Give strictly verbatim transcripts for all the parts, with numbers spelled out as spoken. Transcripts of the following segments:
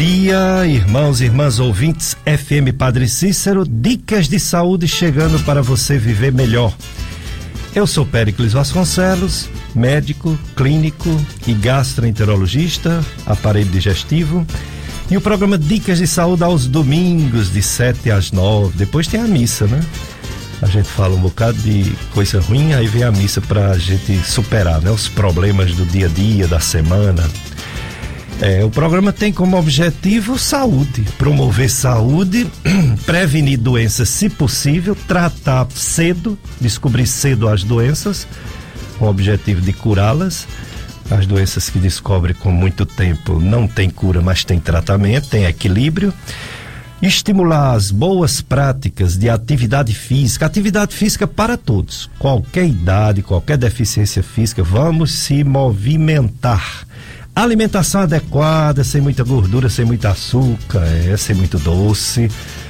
dia, irmãos e irmãs ouvintes, F M Padre Cícero, dicas de saúde chegando para você viver melhor. Eu sou Péricles Vasconcelos, médico, clínico e gastroenterologista, aparelho digestivo, e o programa Dicas de Saúde aos domingos, de sete às nove. Depois tem a missa, né? A gente fala um bocado de coisa ruim, aí vem a missa pra gente superar, né? Os problemas do dia a dia, da semana. É, o programa tem como objetivo saúde, promover saúde, prevenir doenças se possível, tratar cedo, descobrir cedo as doenças, com o objetivo de curá-las. As doenças que descobre com muito tempo não tem cura, mas tem tratamento, tem equilíbrio. Estimular as boas práticas de atividade física, atividade física para todos, qualquer idade, qualquer deficiência física, vamos se movimentar. Alimentação adequada, sem muita gordura, sem muito açúcar, é, sem muito doce.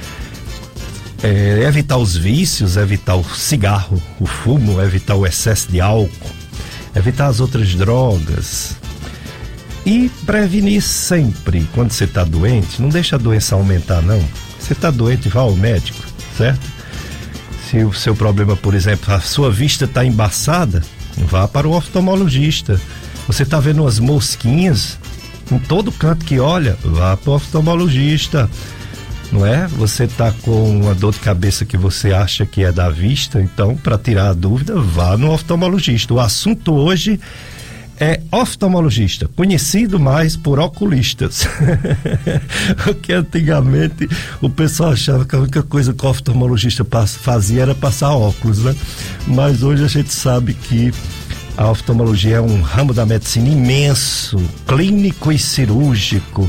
É, evitar os vícios, evitar o cigarro, o fumo, evitar o excesso de álcool, evitar as outras drogas. E prevenir sempre. Quando você está doente, não deixa a doença aumentar, não. Você está doente, vá ao médico, certo? Se o seu problema, por exemplo, a sua vista está embaçada, vá para o oftalmologista. Você está vendo umas mosquinhas em todo canto que olha, vá para o oftalmologista, não é? Você está com uma dor de cabeça que você acha que é da vista, então, para tirar a dúvida, vá no oftalmologista. O assunto hoje é oftalmologista, conhecido mais por oculistas. Porque antigamente o pessoal achava que a única coisa que o oftalmologista fazia era passar óculos, né? Mas hoje a gente sabe que a oftalmologia é um ramo da medicina imenso, clínico e cirúrgico.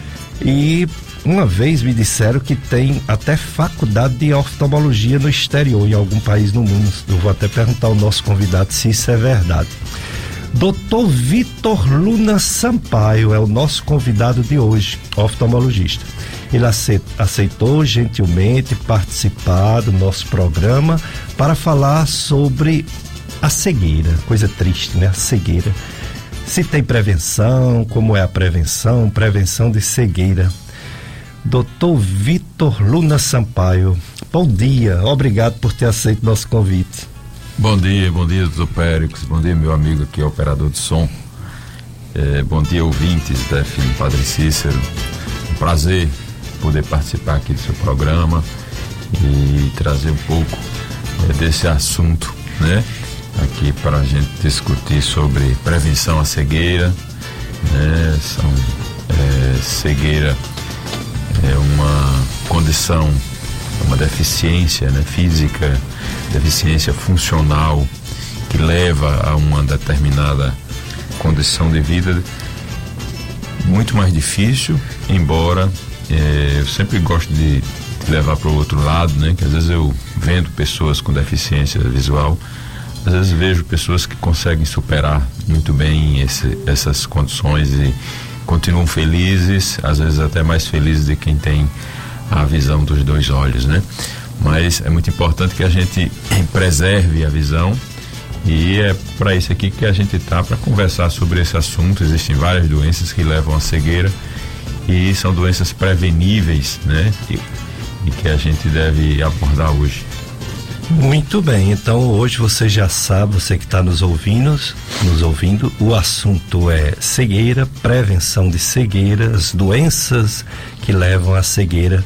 E uma vez me disseram que tem até faculdade de oftalmologia no exterior, em algum país no mundo. Eu vou até perguntar ao nosso convidado se isso é verdade. doutor Vitor Luna Sampaio é o nosso convidado de hoje, oftalmologista. Ele aceitou gentilmente participar do nosso programa para falar sobre a cegueira, coisa triste, né? A cegueira. Se tem prevenção, como é a prevenção, prevenção de cegueira. doutor Vitor Luna Sampaio, bom dia, obrigado por ter aceito nosso convite. Bom dia, bom dia, doutor Péricles, bom dia, meu amigo aqui, operador de som. É, bom dia, ouvintes da F M Padre Cícero. Um prazer poder participar aqui do seu programa e trazer um pouco é, desse assunto, né? Aqui para a gente discutir sobre prevenção à cegueira, né? São, é, cegueira é uma condição, uma deficiência, né, física, deficiência funcional que leva a uma determinada condição de vida muito mais difícil, embora é, eu sempre gosto de, de levar para o outro lado, né, que às vezes eu vendo pessoas com deficiência visual, às vezes vejo pessoas que conseguem superar muito bem esse, essas condições e continuam felizes, às vezes até mais felizes de quem tem a visão dos dois olhos, né? Mas é muito importante que a gente preserve a visão e é para isso aqui que a gente está, para conversar sobre esse assunto. Existem várias doenças que levam à cegueira e são doenças preveníveis, né? E, e que a gente deve abordar hoje. Muito bem, então hoje você já sabe, você que está nos ouvindo, nos ouvindo, o assunto é cegueira, prevenção de cegueira, as doenças que levam à cegueira.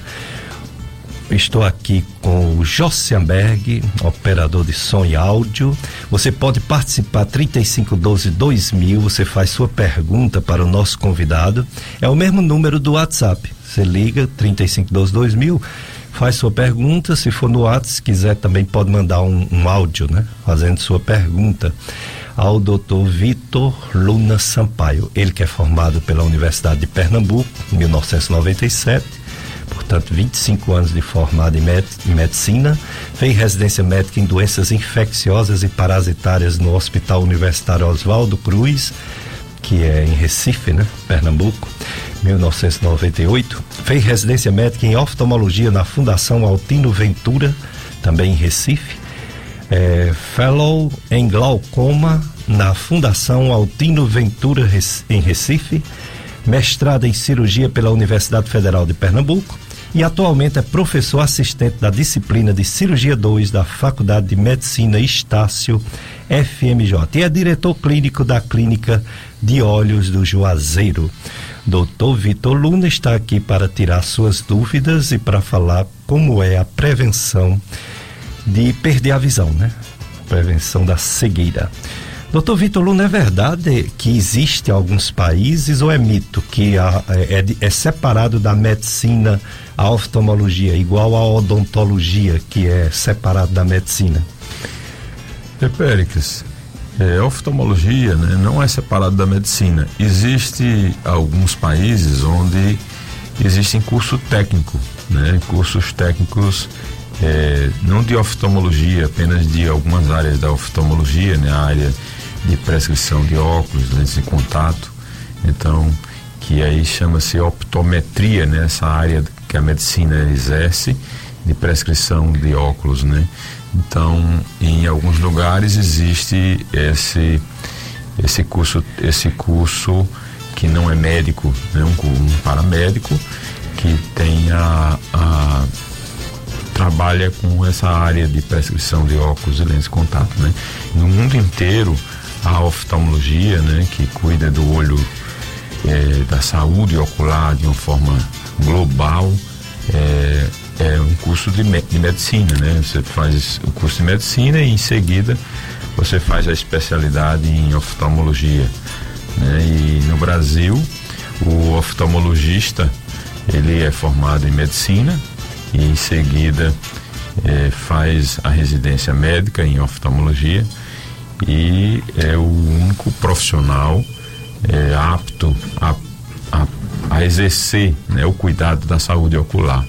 Estou aqui com o Jossianberg, operador de som e áudio. Você pode participar trinta e cinco doze dois mil, você faz sua pergunta para o nosso convidado. É o mesmo número do WhatsApp. Você liga trinta e cinco doze dois mil, faz sua pergunta. Se for no WhatsApp, se quiser também pode mandar um, um áudio, né? Fazendo sua pergunta ao doutor Vitor Luna Sampaio. Ele que é formado pela Universidade de Pernambuco em mil novecentos e noventa e sete, portanto vinte e cinco anos de formado em, med em medicina, fez residência médica em doenças infecciosas e parasitárias no Hospital Universitário Oswaldo Cruz, que é em Recife, né? Pernambuco, mil novecentos e noventa e oito, fez residência médica em oftalmologia na Fundação Altino Ventura, também em Recife, é, fellow em glaucoma na Fundação Altino Ventura em Recife, mestrado em cirurgia pela Universidade Federal de Pernambuco e atualmente é professor assistente da disciplina de Cirurgia dois da Faculdade de Medicina Estácio F M J e é diretor clínico da Clínica de Olhos do Juazeiro. doutor Vitor Luna está aqui para tirar suas dúvidas e para falar como é a prevenção de perder a visão, né? Prevenção da cegueira. doutor Vitor Luna, é verdade que existe em alguns países ou é mito que a, é, é separado da medicina a oftalmologia, igual a odontologia, que é separado da medicina? É, Péricles, é, a oftalmologia, né, não é separado da medicina. Existe alguns países onde existem curso técnico, né, cursos técnicos é, não de oftalmologia, apenas de algumas áreas da oftalmologia, né, a área de prescrição de óculos, lentes de contato, então, que aí chama-se optometria, né, essa área que a medicina exerce de prescrição de óculos, né. Então, em alguns lugares existe esse esse curso, esse curso que não é médico, né, um, um paramédico que tem a, a trabalha com essa área de prescrição de óculos e lentes de contato, né. No mundo inteiro, a oftalmologia, né, que cuida do olho, é, da saúde ocular de uma forma global, é, é um curso de, me, de medicina, né? Você faz o curso de medicina e em seguida você faz a especialidade em oftalmologia, né? E no Brasil, o oftalmologista, ele é formado em medicina e em seguida é, faz a residência médica em oftalmologia e é o único profissional é, apto a, a, a exercer, né, o cuidado da saúde ocular.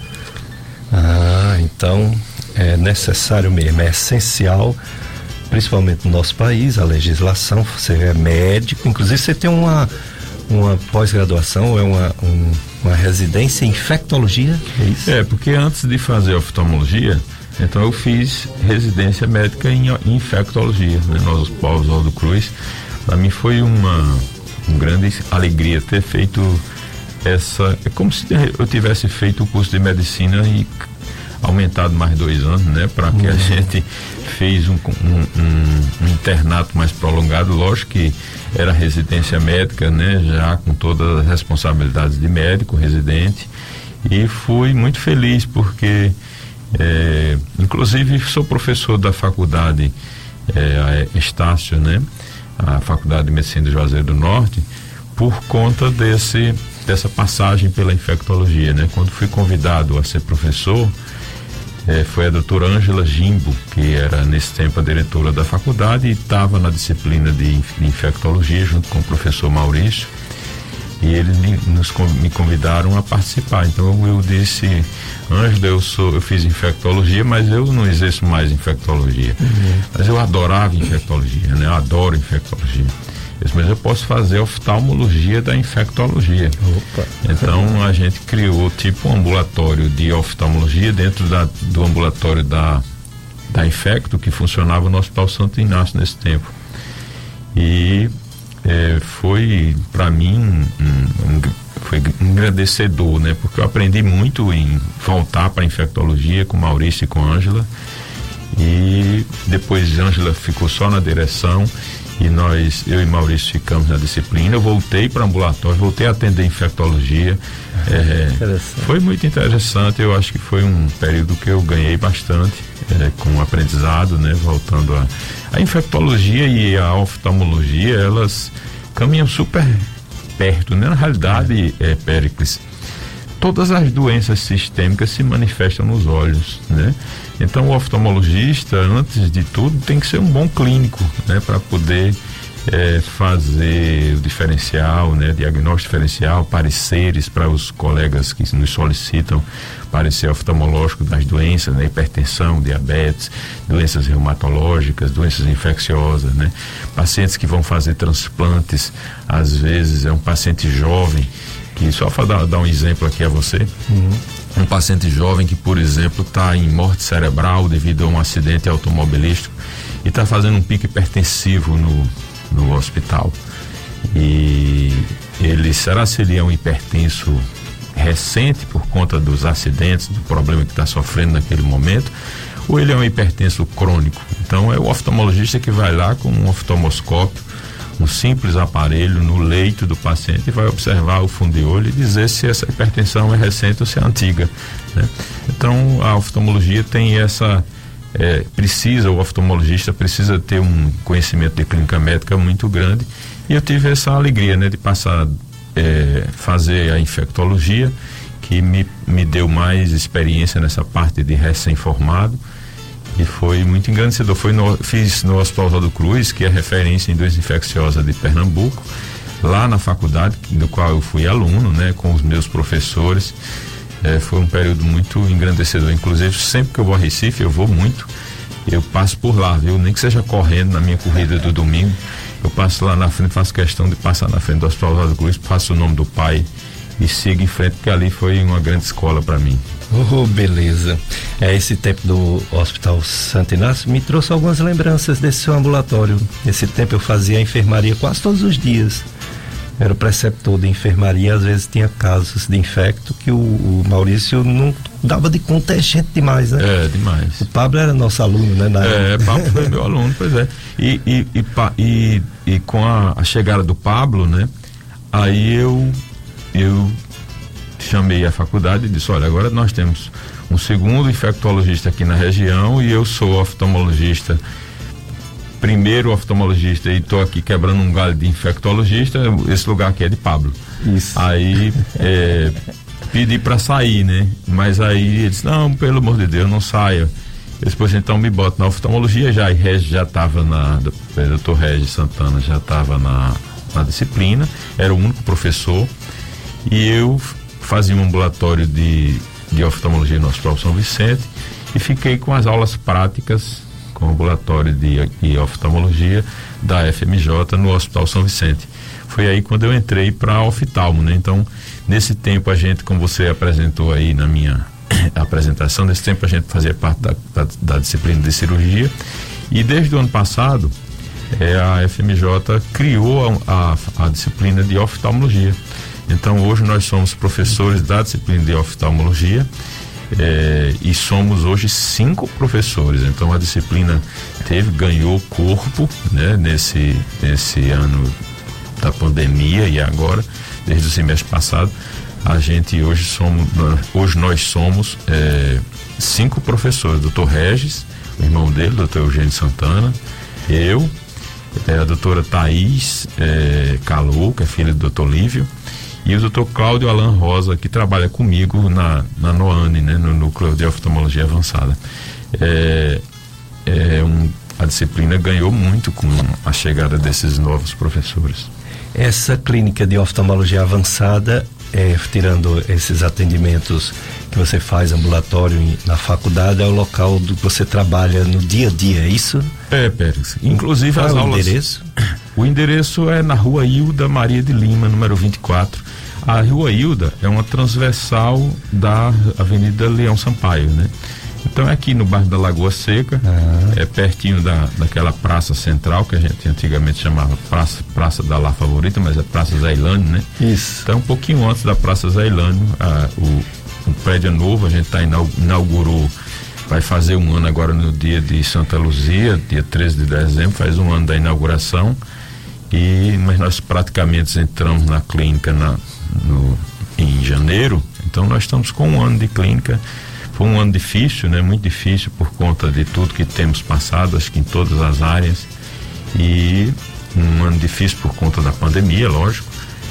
Ah, então é necessário mesmo, é essencial, principalmente no nosso país, a legislação. Você é médico, inclusive você tem uma, uma pós-graduação, é uma, um, uma residência em infectologia, é isso? É, porque antes de fazer oftalmologia, então eu fiz residência médica em, em infectologia, né, no Hospital Oswaldo Cruz. Para mim foi uma, uma grande alegria ter feito essa, é como se eu tivesse feito o curso de medicina e aumentado mais dois anos, né, para que a gente fez um, um, um, um internato mais prolongado. Lógico que era residência médica, né, já com todas as responsabilidades de médico, residente, e fui muito feliz porque É, inclusive sou professor da faculdade é, Estácio, né, a Faculdade de Medicina de Juazeiro do Norte, por conta desse, dessa passagem pela infectologia, né. Quando fui convidado a ser professor, é, foi a doutora Ângela Jimbo, que era nesse tempo a diretora da faculdade e estava na disciplina de, de infectologia junto com o professor Maurício, e eles me, nos, me convidaram a participar. Então eu, eu disse, Ângela, eu sou, eu fiz infectologia, mas eu não exerço mais infectologia. Uhum. Mas eu adorava infectologia, né? Eu adoro infectologia. Eu disse, mas eu posso fazer oftalmologia da infectologia. Opa. Então a gente criou tipo um ambulatório de oftalmologia dentro da, do ambulatório da, da Infecto, que funcionava no Hospital Santo Inácio nesse tempo. E É, foi para mim um, um, foi engrandecedor, né? Porque eu aprendi muito em voltar para a infectologia com Maurício e com Ângela, e depois Ângela ficou só na direção e nós, eu e Maurício ficamos na disciplina. Eu voltei para ambulatório, voltei a atender infectologia. É, foi muito interessante. Eu acho que foi um período que eu ganhei bastante é, com o aprendizado, né? Voltando a a infectologia e a oftalmologia, elas caminham super perto, né? Na realidade, é, Péricles, todas as doenças sistêmicas se manifestam nos olhos, né? Então o oftalmologista, antes de tudo, tem que ser um bom clínico, né? Para poder é, fazer o diferencial, né? Diagnóstico diferencial, pareceres para os colegas que nos solicitam parecer oftalmológico das doenças, né? Hipertensão, diabetes, doenças reumatológicas, doenças infecciosas, né? Pacientes que vão fazer transplantes, às vezes é um paciente jovem, que só para dar, dar um exemplo aqui a você, uhum. Um paciente jovem que, por exemplo, está em morte cerebral devido a um acidente automobilístico e está fazendo um pico hipertensivo no, no hospital. E ele, será se ele é um hipertenso recente por conta dos acidentes, do problema que está sofrendo naquele momento, ou ele é um hipertenso crônico. Então é o oftalmologista que vai lá com um oftalmoscópio, um simples aparelho no leito do paciente, e vai observar o fundo de olho e dizer se essa hipertensão é recente ou se é antiga, né? Então a oftalmologia tem essa é, precisa, o oftalmologista precisa ter um conhecimento de clínica médica muito grande, e eu tive essa alegria, né, de passar é, fazer a infectologia, que me, me deu mais experiência nessa parte de recém-formado, e foi muito engrandecedor. Foi no, fiz no Hospital Oswaldo Cruz, que é referência em doença infecciosa de Pernambuco, lá na faculdade, do qual eu fui aluno, né, com os meus professores. É, foi um período muito engrandecedor. Inclusive, sempre que eu vou a Recife, eu vou muito, eu passo por lá, viu? Nem que seja correndo na minha corrida do domingo, eu passo lá na frente, faço questão de passar na frente do Hospital Oswaldo Cruz, passo o nome do pai e sigo em frente, porque ali foi uma grande escola para mim. Oh, beleza. É, esse tempo do Hospital Santo Inácio me trouxe algumas lembranças desse seu ambulatório. Nesse tempo eu fazia a enfermaria quase todos os dias. Era o preceptor de enfermaria, às vezes tinha casos de infecto que o, o Maurício não dava de conta, é gente demais, né? É, demais. O Pablo era nosso aluno, né? Na é, Pablo foi meu aluno, pois é. E, e, e, e, e com a, a chegada do Pablo, né? Aí eu, eu chamei a faculdade e disse, olha, agora nós temos um segundo infectologista aqui na região e eu sou oftalmologista, primeiro oftalmologista, e estou aqui quebrando um galho de infectologista, esse lugar aqui é de Pablo. Isso. Aí é, pedi para sair, né? Mas aí ele disse, não, pelo amor de Deus, não saia. Depois então me bota na oftalmologia, já, e Regis já estava na, o doutor Regis Santana já estava na, na disciplina, era o único professor, e eu fazia um ambulatório de, de oftalmologia no Hospital São Vicente, e fiquei com as aulas práticas com o ambulatório de, de oftalmologia da F M J no Hospital São Vicente. Foi aí quando eu entrei para oftalmo, né? Então, nesse tempo a gente, como você apresentou aí na minha apresentação, nesse tempo a gente fazia parte da, da, da disciplina de cirurgia, e desde o ano passado é, a F M J criou a, a, a disciplina de oftalmologia. Então hoje nós somos professores da disciplina de oftalmologia, é, e somos hoje cinco professores. Então a disciplina teve, ganhou corpo, né, nesse, nesse ano da pandemia, e agora, desde o semestre passado, a gente hoje somos, hoje nós somos é, cinco professores, doutor Regis, o irmão dele, doutor Eugênio Santana, eu, é, a doutora Thaís é, Calou, que é filha do doutor Lívio, e o doutor Cláudio Alan Rosa, que trabalha comigo na, na NOANE, né, no Núcleo de Oftalmologia Avançada. É, é um, a disciplina ganhou muito com a chegada desses novos professores. Essa clínica de oftalmologia avançada, é, tirando esses atendimentos que você faz ambulatório na faculdade, é o local do que você trabalha no dia a dia, é isso? É, Pérez. Inclusive Qual as é o aulas... endereço? O endereço é na Rua Hilda Maria de Lima, número vinte e quatro. A Rua Hilda é uma transversal da Avenida Leão Sampaio, né? Então é aqui no bairro da Lagoa Seca, ah. é pertinho da, daquela praça central, que a gente antigamente chamava Praça, praça da La Favorita, mas é Praça Zailânio, né? Isso. Então um pouquinho antes da Praça Zailânio, a, o, o prédio é novo, a gente tá inaugurou, vai fazer um ano agora no dia de Santa Luzia, dia treze de dezembro, faz um ano da inauguração, e, mas nós praticamente entramos na clínica na, no, em janeiro, então nós estamos com um ano de clínica. Foi um ano difícil, né? Muito difícil por conta de tudo que temos passado, acho que em todas as áreas, e um ano difícil por conta da pandemia, lógico,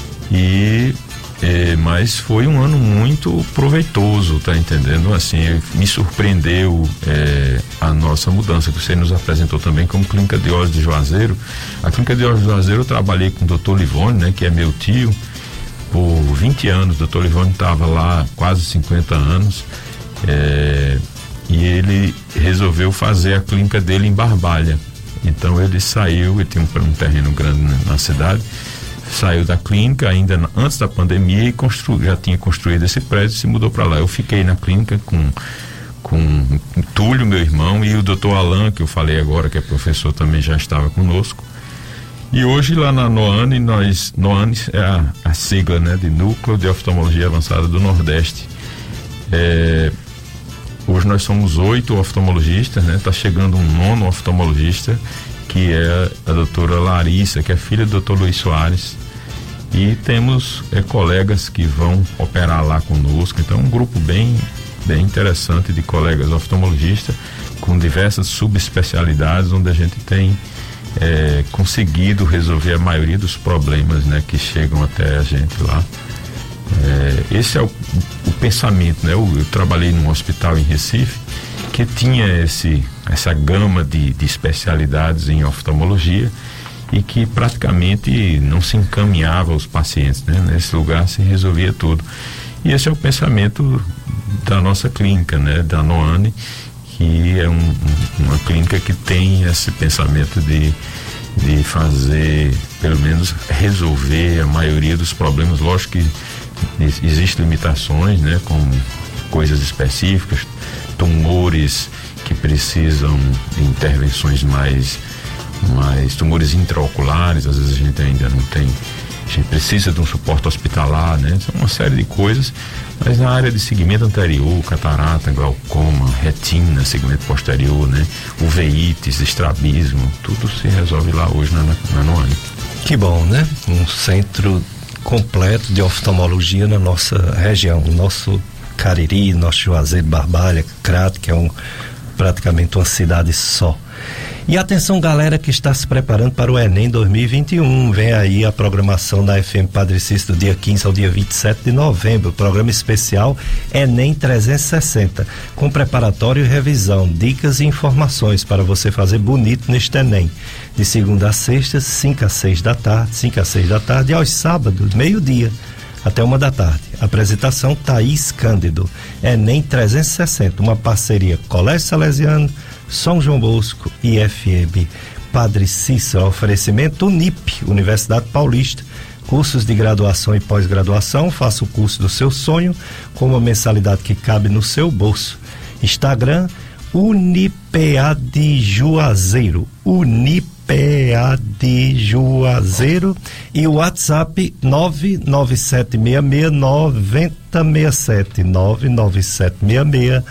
e é, mas foi um ano muito proveitoso, tá entendendo? Assim, me surpreendeu é, a nossa mudança, que você nos apresentou também como Clínica de Olhos de Juazeiro. A Clínica de Olhos de Juazeiro eu trabalhei com o doutor Livone, né? Que é meu tio, por vinte anos. O doutor Livone estava lá quase cinquenta anos. É, e ele resolveu fazer a clínica dele em Barbalha. Então ele saiu, ele tinha um, um terreno grande na cidade, saiu da clínica ainda na, antes da pandemia, e constru, já tinha construído esse prédio e se mudou para lá. Eu fiquei na clínica com com o Túlio, meu irmão, e o doutor Alan, que eu falei agora, que é professor, também já estava conosco. E hoje lá na NOANI, nós, NOANI é a, a sigla, né, de Núcleo de Oftalmologia Avançada do Nordeste. É, hoje nós somos oito oftalmologistas, né? Tá chegando um nono oftalmologista, que é a doutora Larissa, que é filha do doutor Luiz Soares. E temos é, colegas que vão operar lá conosco. Então, um grupo bem, bem interessante de colegas oftalmologistas, com diversas subespecialidades, onde a gente tem é, conseguido resolver a maioria dos problemas, né, que chegam até a gente lá. É, esse é o, o pensamento, né? Eu, eu trabalhei num hospital em Recife que tinha esse, essa gama de, de especialidades em oftalmologia e que praticamente não se encaminhava os pacientes, né? Nesse lugar se resolvia tudo. E esse é o pensamento da nossa clínica, né? Da NOANI, que é um, um, uma clínica que tem esse pensamento de, de fazer, pelo menos, resolver a maioria dos problemas. Lógico que existem limitações, né? Com coisas específicas, tumores que precisam de intervenções mais, mais tumores intraoculares, às vezes a gente ainda não tem, a gente precisa de um suporte hospitalar, né? São uma série de coisas, mas na área de segmento anterior, catarata, glaucoma, retina, segmento posterior, né? Uveites, estrabismo, tudo se resolve lá hoje na, na NOANI. Que bom, né? Um centro completo de oftalmologia na nossa região, nosso Cariri, nosso Juazeiro, Barbalha, Crato, que é um, praticamente uma cidade só. E atenção, galera que está se preparando para o Enem dois mil e vinte e um, vem aí a programação da F M Padre Cícero do dia quinze ao dia vinte e sete de novembro, programa especial Enem trezentos e sessenta, com preparatório e revisão, dicas e informações para você fazer bonito neste Enem, de segunda a sexta, cinco a seis da tarde, cinco a seis da tarde, e aos sábados, meio-dia, até uma da tarde. Apresentação Thaís Cândido. Enem trezentos e sessenta, uma parceria Colégio Salesiano, São João Bosco e F M Padre Cícero. Oferecimento Unip, Universidade Paulista. Cursos de graduação e pós-graduação. Faça o curso do seu sonho com uma mensalidade que cabe no seu bolso. Instagram Unipa de Juazeiro. Unipa P A de Juazeiro, e o WhatsApp nove nove sete seis seis nove zero seis sete, nove nove sete seis seis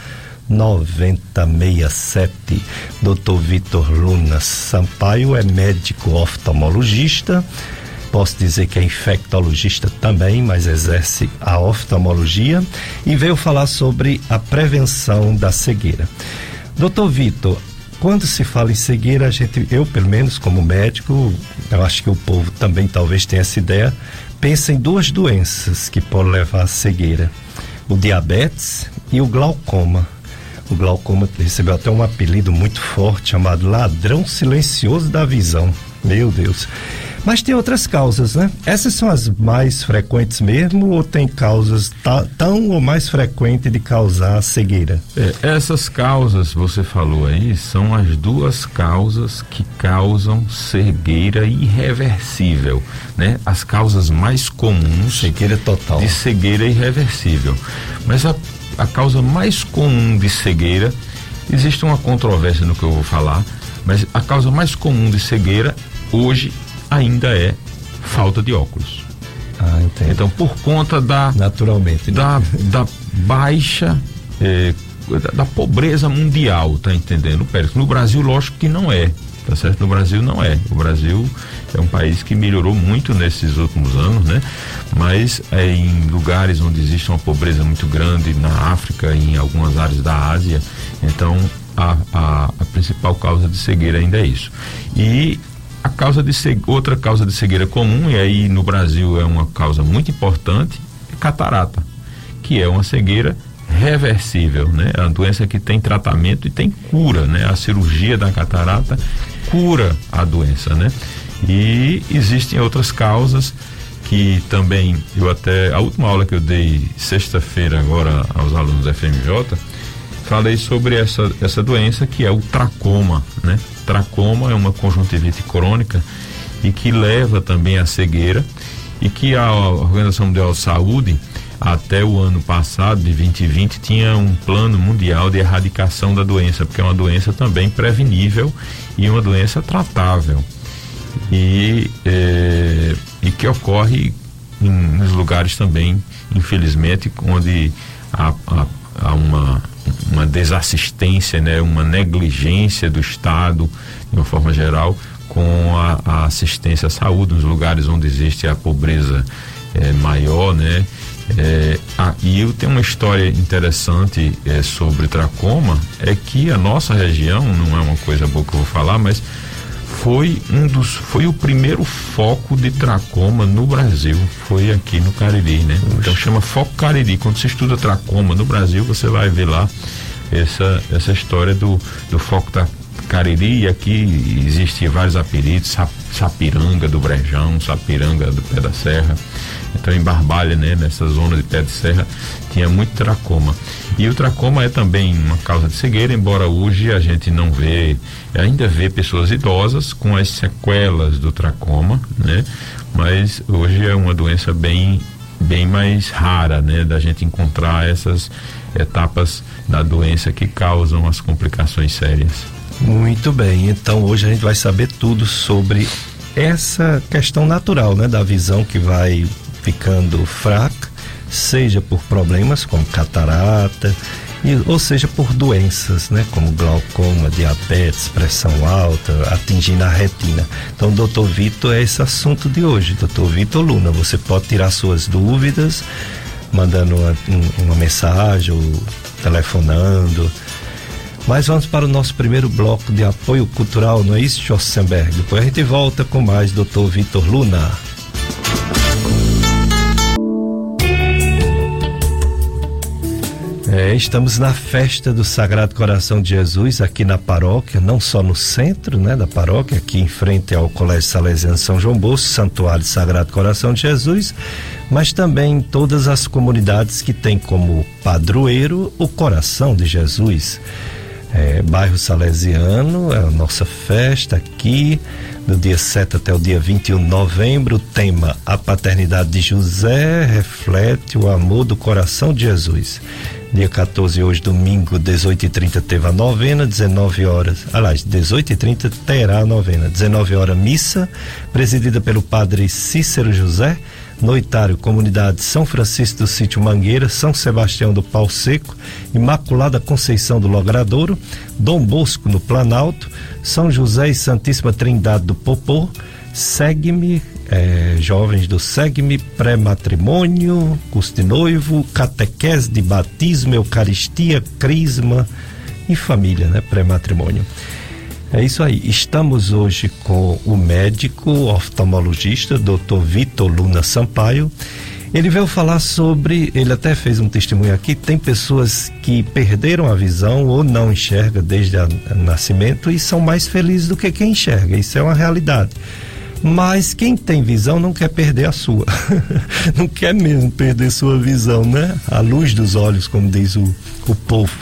nove zero seis sete. doutor Vitor Luna Sampaio é médico oftalmologista, posso dizer que é infectologista também, mas exerce a oftalmologia, e veio falar sobre a prevenção da cegueira. doutor Vitor, quando se fala em cegueira, a gente, eu pelo menos como médico, eu acho que o povo também talvez tenha essa ideia, pensa em duas doenças que podem levar à cegueira: o diabetes e o glaucoma. O glaucoma recebeu até um apelido muito forte chamado ladrão silencioso da visão. Meu Deus. Mas tem outras causas, né? Essas são as mais frequentes mesmo, ou tem causas tá, tão ou mais frequentes de causar cegueira? É, essas causas, você falou aí, são as duas causas que causam cegueira irreversível, né? As causas mais comuns cegueira total. de cegueira irreversível. Mas a, a causa mais comum de cegueira, existe uma controvérsia no que eu vou falar, mas a causa mais comum de cegueira hoje ainda é falta de óculos. Ah, entendo. Então, por conta da naturalmente da, da baixa eh, da, da pobreza mundial, tá entendendo, Pérez? No Brasil, lógico que não é, tá certo? No Brasil não é. O Brasil é um país que melhorou muito nesses últimos anos, né? Mas é em lugares onde existe uma pobreza muito grande, na África, em algumas áreas da Ásia. Então, a, a, a principal causa de cegueira ainda é isso. E a causa de cegueira, outra causa de cegueira comum, e aí no Brasil é uma causa muito importante, é catarata, que é uma cegueira reversível, né? É uma doença que tem tratamento e tem cura, né? A cirurgia da catarata cura a doença, né? E existem outras causas que também, eu até, a última aula que eu dei sexta-feira agora aos alunos da F M J, falei sobre essa, essa doença, que é o tracoma, né? Tracoma é uma conjuntivite crônica e que leva também à cegueira, e que a Organização Mundial de Saúde, até o ano passado, de vinte e vinte, tinha um plano mundial de erradicação da doença, porque é uma doença também prevenível e uma doença tratável. e, é, e que ocorre em, nos lugares também, infelizmente, onde há, há, há uma, uma desassistência, né, uma negligência do Estado, de uma forma geral, com a, a assistência à saúde, nos lugares onde existe a pobreza é, maior, né? É, ah, e eu tenho uma história interessante é, sobre tracoma, é que a nossa região, não é uma coisa boa que eu vou falar, mas foi um dos, foi o primeiro foco de tracoma no Brasil, foi aqui no Cariri, né? Então chama Foco Cariri. Quando se estuda tracoma no Brasil, você vai ver lá essa, essa história do, do foco da Cariri, e aqui existem vários apelidos, Sapiranga do Brejão, Sapiranga do Pé da Serra. Então em Barbalha, né, nessa zona de Pé de Serra, tinha muito tracoma. E o tracoma é também uma causa de cegueira, embora hoje a gente não vê, ainda vê pessoas idosas com as sequelas do tracoma, né? Mas hoje é uma doença bem, bem mais rara, né, da gente encontrar essas etapas da doença que causam as complicações sérias. Muito bem, então hoje a gente vai saber tudo sobre essa questão natural, né, da visão que vai ficando fraca, seja por problemas como catarata, e, ou seja por doenças, né, como glaucoma, diabetes, pressão alta, atingindo a retina. Então, doutor Vitor, é esse assunto de hoje. doutor Vitor Luna, você pode tirar suas dúvidas mandando uma, uma mensagem ou telefonando. Mas vamos para o nosso primeiro bloco de apoio cultural, não é isso, Schossenberg? Depois a gente volta com mais doutor Vitor Luna. É, estamos na festa do Sagrado Coração de Jesus aqui na paróquia, não só no centro, né, da paróquia, aqui em frente ao Colégio Salesiano São João Bosco, Santuário Sagrado Coração de Jesus, mas também em todas as comunidades que tem como padroeiro o Coração de Jesus. É, bairro Salesiano, é a nossa festa aqui, do dia sete até o dia vinte e um de novembro. O tema: a paternidade de José reflete o amor do coração de Jesus. Dia quatorze, hoje domingo, dezoito e trinta, teve a novena, dezenove horas, aliás, dezoito e trinta terá a novena, dezenove horas missa, presidida pelo padre Cícero José, noitário, comunidade São Francisco do Sítio Mangueira, São Sebastião do Pau Seco, Imaculada Conceição do Logradouro, Dom Bosco no Planalto, São José e Santíssima Trindade do Popô, Segue-me, é, jovens do Segue-me, pré-matrimônio, curso de noivo, catequese de batismo, eucaristia, crisma e família, né? Pré-matrimônio. É isso aí. Estamos hoje com o médico oftalmologista, doutor Vitor Luna Sampaio. Ele veio falar sobre, ele até fez um testemunho aqui, tem pessoas que perderam a visão ou não enxergam desde o nascimento e são mais felizes do que quem enxerga. Isso é uma realidade. Mas quem tem visão não quer perder a sua. Não quer mesmo perder sua visão, né? A luz dos olhos, como diz o, o povo.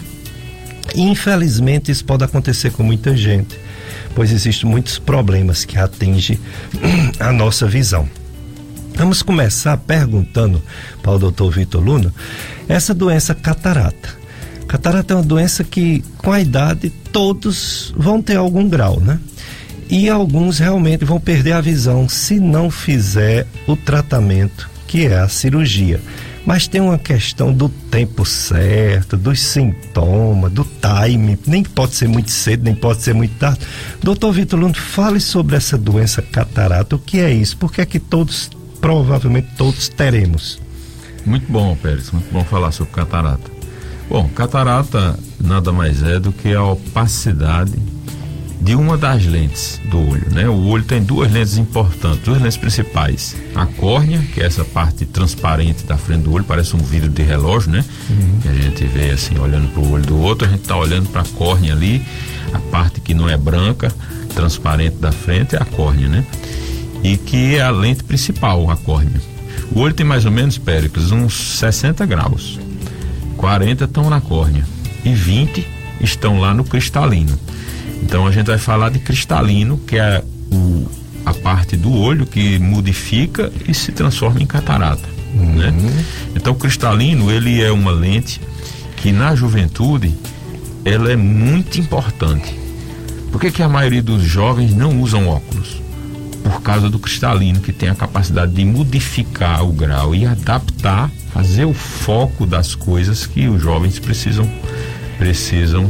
Infelizmente isso pode acontecer com muita gente, pois existem muitos problemas que atingem a nossa visão. Vamos começar perguntando para o doutor Vitor Luna essa doença catarata. Catarata é uma doença que com a idade todos vão ter algum grau, né? E alguns realmente vão perder a visão se não fizer o tratamento, que é a cirurgia. Mas tem uma questão do tempo certo, dos sintomas, do time, nem pode ser muito cedo, nem pode ser muito tarde. doutor Vitor Luna, fale sobre essa doença catarata, o que é isso? Por que é que todos, provavelmente todos teremos? Muito bom, Pérez, muito bom falar sobre catarata. Bom, catarata nada mais é do que a opacidade de uma das lentes do olho, né? O olho tem duas lentes importantes, duas lentes principais. A córnea, que é essa parte transparente da frente do olho, parece um vidro de relógio, né? Uhum. Que a gente vê assim, olhando para o olho do outro, a gente está olhando para a córnea ali, a parte que não é branca, transparente da frente é a córnea, né? E que é a lente principal, a córnea. O olho tem mais ou menos, Péricles, uns sessenta graus. quarenta estão na córnea e vinte estão lá no cristalino. Então a gente vai falar de cristalino, que é o, a parte do olho que modifica e se transforma em catarata, uhum. né? Então o cristalino, ele é uma lente que na juventude ela é muito importante. Por que que a maioria dos jovens não usam óculos? por causa do cristalino, que tem a capacidade de modificar o grau e adaptar, fazer o foco das coisas que os jovens precisam, precisam,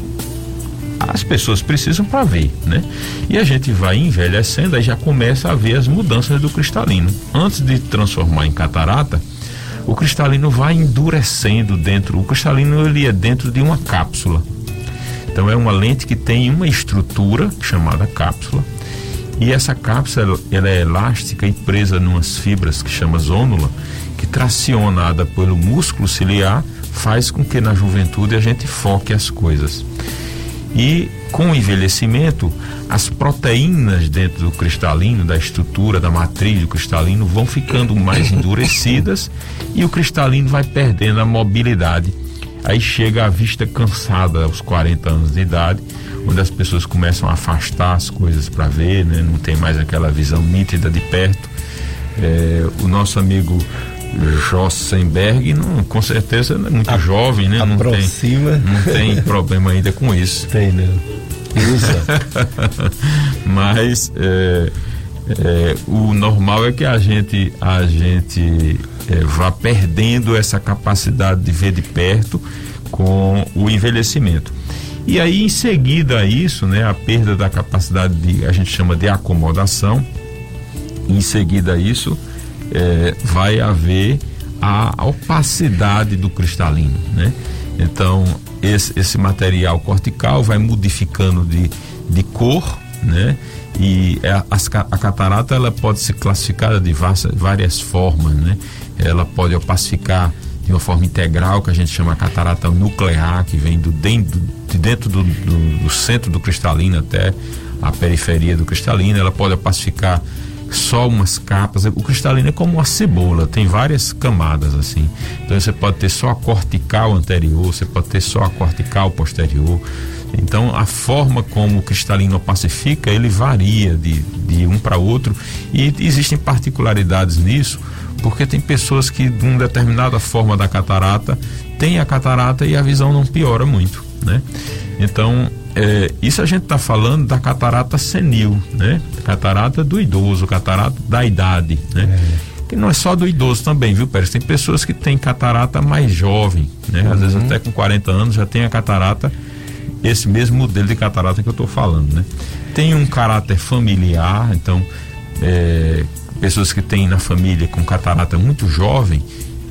as pessoas precisam para ver, né? E a gente vai envelhecendo, aí já começa a ver as mudanças do cristalino. Antes de transformar em catarata, o cristalino vai endurecendo dentro, o cristalino ele é dentro de uma cápsula. Então é uma lente que tem uma estrutura chamada cápsula, e essa cápsula ela é elástica e presa em umas fibras que chama zônula, que tracionada pelo músculo ciliar faz com que na juventude a gente foque as coisas. E com o envelhecimento, as proteínas dentro do cristalino, da estrutura, da matriz do cristalino, vão ficando mais endurecidas e o cristalino vai perdendo a mobilidade. Aí chega a vista cansada aos quarenta anos de idade, onde as pessoas começam a afastar as coisas para ver, né? Não tem mais aquela visão nítida de perto. É, o nosso amigo Jossenberg, não, com certeza é muito a, jovem, né? Não tem, não tem problema ainda com isso. Tem, né? Usa. Mas é, é, o normal é que a gente, a gente é, vá perdendo essa capacidade de ver de perto com o envelhecimento. E aí, em seguida a isso, né, a perda da capacidade de, a gente chama de acomodação, em seguida a isso, É, vai haver a opacidade do cristalino, né? Então esse, esse material cortical vai modificando de, de cor, né? E a, a catarata ela pode ser classificada de várias, várias formas, né? Ela pode opacificar de uma forma integral, que a gente chama catarata nuclear, que vem do dentro, de dentro do, do, do centro do cristalino até a periferia do cristalino. Ela pode opacificar só umas capas. O cristalino é como uma cebola, tem várias camadas assim. Então você pode ter só a cortical anterior, você pode ter só a cortical posterior. Então a forma como o cristalino opacifica, ele varia de, de um para outro, e existem particularidades nisso, porque tem pessoas que de uma determinada forma da catarata tem a catarata e a visão não piora muito, né? Então É, isso a gente está falando da catarata senil, né? Catarata do idoso, catarata da idade, né? É. Que não é só do idoso também, viu, Pérez? Tem pessoas que têm catarata mais jovem, né? Uhum. Às vezes até com quarenta anos já tem a catarata, esse mesmo modelo de catarata que eu estou falando, né? Tem um caráter familiar, então é, pessoas que têm na família com catarata muito jovem,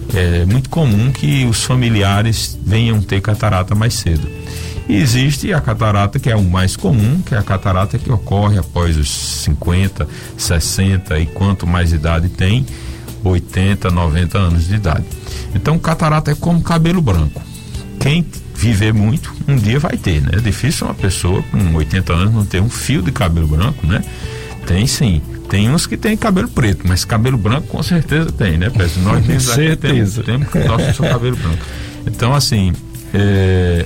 é muito comum que os familiares venham ter catarata mais cedo. E existe a catarata que é o mais comum, que é a catarata que ocorre após os cinquenta, sessenta e quanto mais idade tem, oitenta, noventa anos de idade. Então catarata é como cabelo branco. Quem viver muito, um dia vai ter, né? É difícil uma pessoa com oitenta anos não ter um fio de cabelo branco, né? Tem sim. Tem uns que tem cabelo preto, mas cabelo branco com certeza tem, né? Nós temos aqui, temos, temos nosso cabelo branco. Então assim, é,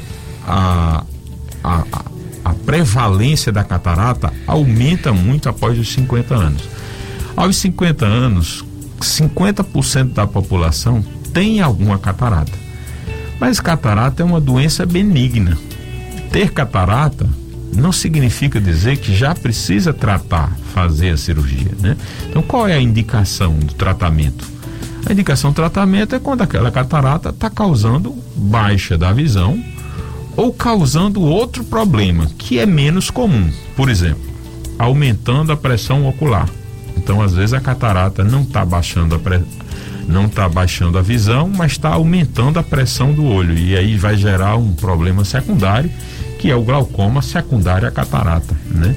a, a, a prevalência da catarata aumenta muito após os cinquenta anos. Aos cinquenta anos, cinquenta por cento da população tem alguma catarata. Mas catarata é uma doença benigna. Ter catarata não significa dizer que já precisa tratar, fazer a cirurgia, né? Então qual é a indicação do tratamento? A indicação do tratamento é quando aquela catarata está causando baixa da visão ou causando outro problema que é menos comum. Por exemplo, aumentando a pressão ocular. Então às vezes a catarata não está baixando a pre... não está baixando a visão, mas está aumentando a pressão do olho, e aí vai gerar um problema secundário, que é o glaucoma secundário à catarata, né?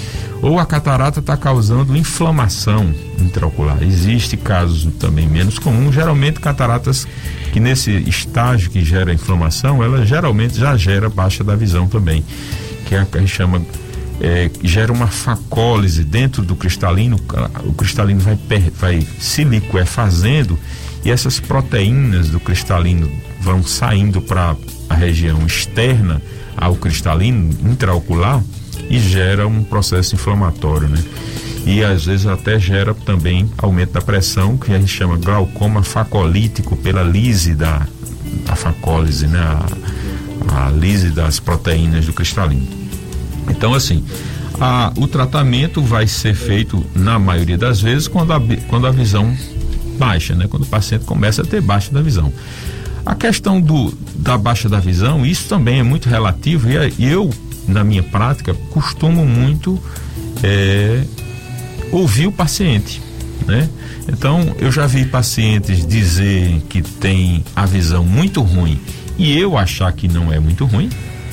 Ou a catarata está causando inflamação intraocular. Existe casos também menos comuns, geralmente cataratas que nesse estágio que gera inflamação, ela geralmente já gera baixa da visão também, que é a que a gente chama, é, gera uma facólise dentro do cristalino. O cristalino vai, vai se liquefazendo e essas proteínas do cristalino vão saindo para a região externa ao cristalino intraocular e gera um processo inflamatório, né? E às vezes até gera também aumento da pressão, que a gente chama glaucoma facolítico, pela lise da a facólise, né? A, a lise das proteínas do cristalino. Então assim, a, o tratamento vai ser feito, na maioria das vezes, quando a, quando a visão baixa, né? Quando o paciente começa a ter baixa da visão. A questão do, da baixa da visão, isso também é muito relativo, e eu, na minha prática, costumo muito é, ouvir o paciente, né? Então, eu já vi pacientes dizer que tem a visão muito ruim e eu achar que não é muito ruim,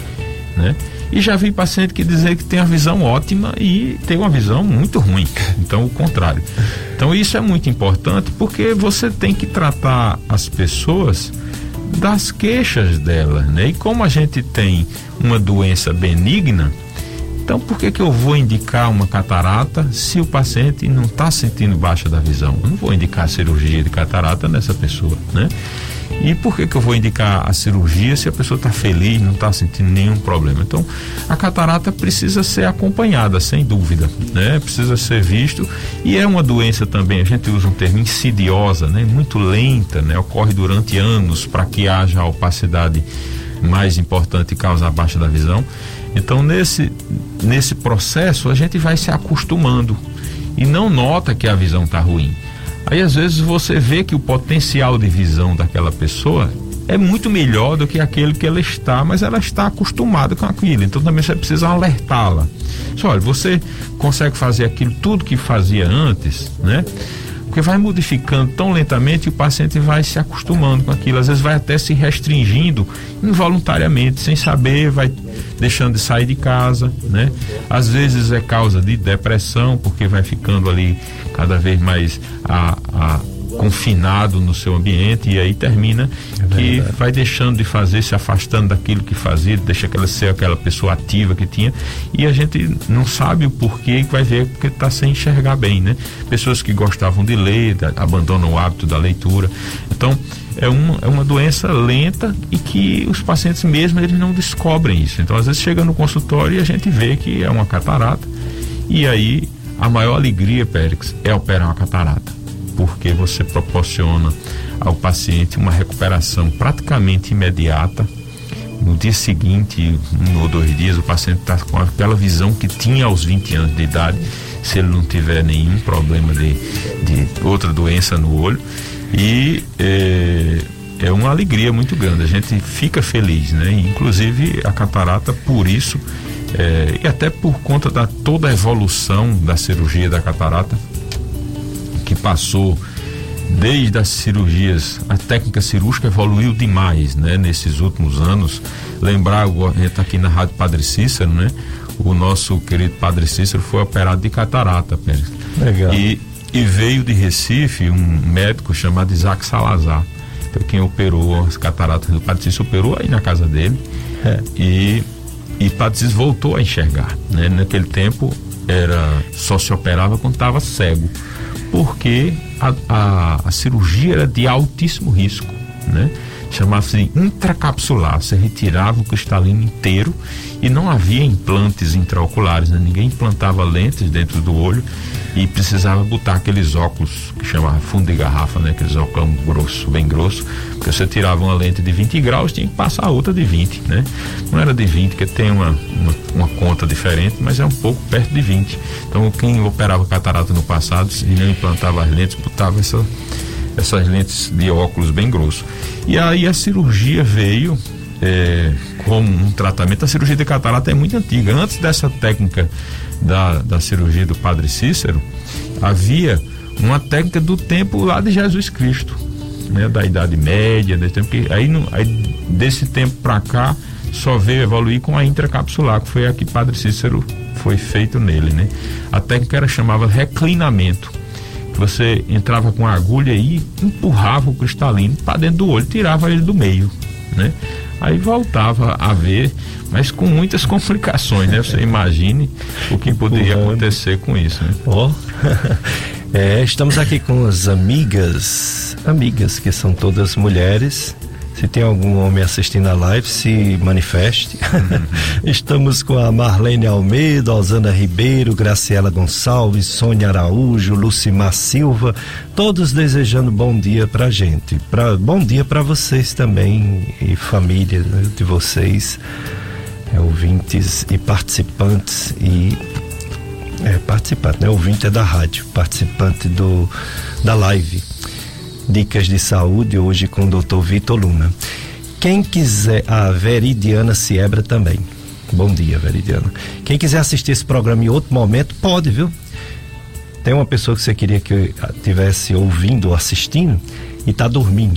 né? E já vi paciente que dizer que tem a visão ótima e tem uma visão muito ruim, então o contrário. Então isso é muito importante, porque você tem que tratar as pessoas das queixas delas, né? E como a gente tem uma doença benigna, então por que que eu vou indicar uma catarata se o paciente não está sentindo baixa da visão? Eu não vou indicar cirurgia de catarata nessa pessoa, né? E por que que eu vou indicar a cirurgia se a pessoa está feliz, não está sentindo nenhum problema? Então, a catarata precisa ser acompanhada, sem dúvida, né? Precisa ser visto, e é uma doença também, a gente usa um termo insidiosa, né? Muito lenta, né? Ocorre durante anos para que haja a opacidade mais importante e causa a baixa da visão. Então, nesse, nesse processo, a gente vai se acostumando e não nota que a visão está ruim. Aí às vezes você vê que o potencial de visão daquela pessoa é muito melhor do que aquele que ela está, mas ela está acostumada com aquilo, então também você precisa alertá-la. Só, olha, você consegue fazer aquilo tudo que fazia antes, né? Porque vai modificando tão lentamente e o paciente vai se acostumando com aquilo, às vezes vai até se restringindo involuntariamente, sem saber, vai deixando de sair de casa, né? Às vezes é causa de depressão, porque vai ficando ali cada vez mais a, a, confinado no seu ambiente, e aí termina é que vai deixando de fazer, se afastando daquilo que fazia, deixa aquela ser aquela pessoa ativa que tinha, e a gente não sabe o porquê, que vai ver porque está sem enxergar bem, né? Pessoas que gostavam de ler, abandonam o hábito da leitura. Então é uma, é uma doença lenta e que os pacientes mesmo eles não descobrem isso. Então às vezes chega no consultório e a gente vê que é uma catarata, e aí a maior alegria, Périx, é operar uma catarata, porque você proporciona ao paciente uma recuperação praticamente imediata. No dia seguinte, um ou dois dias, o paciente está com aquela visão que tinha aos vinte anos de idade, se ele não tiver nenhum problema de, de outra doença no olho, e é, é uma alegria muito grande, a gente fica feliz, né? Inclusive a catarata, por isso, é, e até por conta da toda a evolução da cirurgia da catarata, que passou desde as cirurgias, a técnica cirúrgica evoluiu demais, né? Nesses últimos anos. Lembrar, a gente está aqui na Rádio Padre Cícero, né? O nosso querido Padre Cícero foi operado de catarata, Pérez. Legal. E, e veio de Recife um médico chamado Isaac Salazar, foi quem operou as cataratas do Padre Cícero, operou aí na casa dele. É. E, e Padre Cícero voltou a enxergar, né? Naquele tempo era, só se operava quando estava cego, porque a, a, a cirurgia era de altíssimo risco, né? Chamava-se intracapsular, você retirava o cristalino inteiro e não havia implantes intraoculares, né? Ninguém implantava lentes dentro do olho e precisava botar aqueles óculos que chamava fundo de garrafa, né? Aqueles óculos grosso, bem grosso, porque você tirava uma lente de vinte graus, tinha que passar outra de vinte, né? Não era de vinte, que tem uma, uma, uma conta diferente, mas é um pouco perto de vinte. Então quem operava catarata no passado, se não implantava as lentes, botava essa essas lentes de óculos bem grosso. E aí a cirurgia veio é, como um tratamento. A cirurgia de catarata é muito antiga. Antes dessa técnica da, da cirurgia do Padre Cícero, havia uma técnica do tempo lá de Jesus Cristo, né? Da Idade Média, desse tempo, que aí, no, aí desse tempo para cá só veio evoluir com a intracapsular, que foi a que Padre Cícero foi feito nele, né? A técnica era chamava reclinamento. Você entrava com a agulha e empurrava o cristalino para dentro do olho, tirava ele do meio, né? Aí voltava a ver, mas com muitas complicações, né? Você imagine o que poderia acontecer com isso, né? Oh. É, estamos aqui com as amigas, amigas que são todas mulheres. Se tem algum homem assistindo a live, se manifeste. Uhum. Estamos com a Marlene Almeida, Osana Ribeiro, Graciela Gonçalves, Sônia Araújo, Lucimar Silva, todos desejando bom dia pra gente. Pra, bom dia para vocês também e família, né, de vocês, é, ouvintes e participantes. E É, participante, né? Ouvinte é da rádio, participante do, da live Dicas de Saúde, hoje com o doutor Vitor Luna. Quem quiser, a Veridiana Siebra também. Bom dia, Veridiana. Quem quiser assistir esse programa em outro momento, pode, viu? Tem uma pessoa que você queria que eu estivesse ouvindo ou assistindo e está dormindo.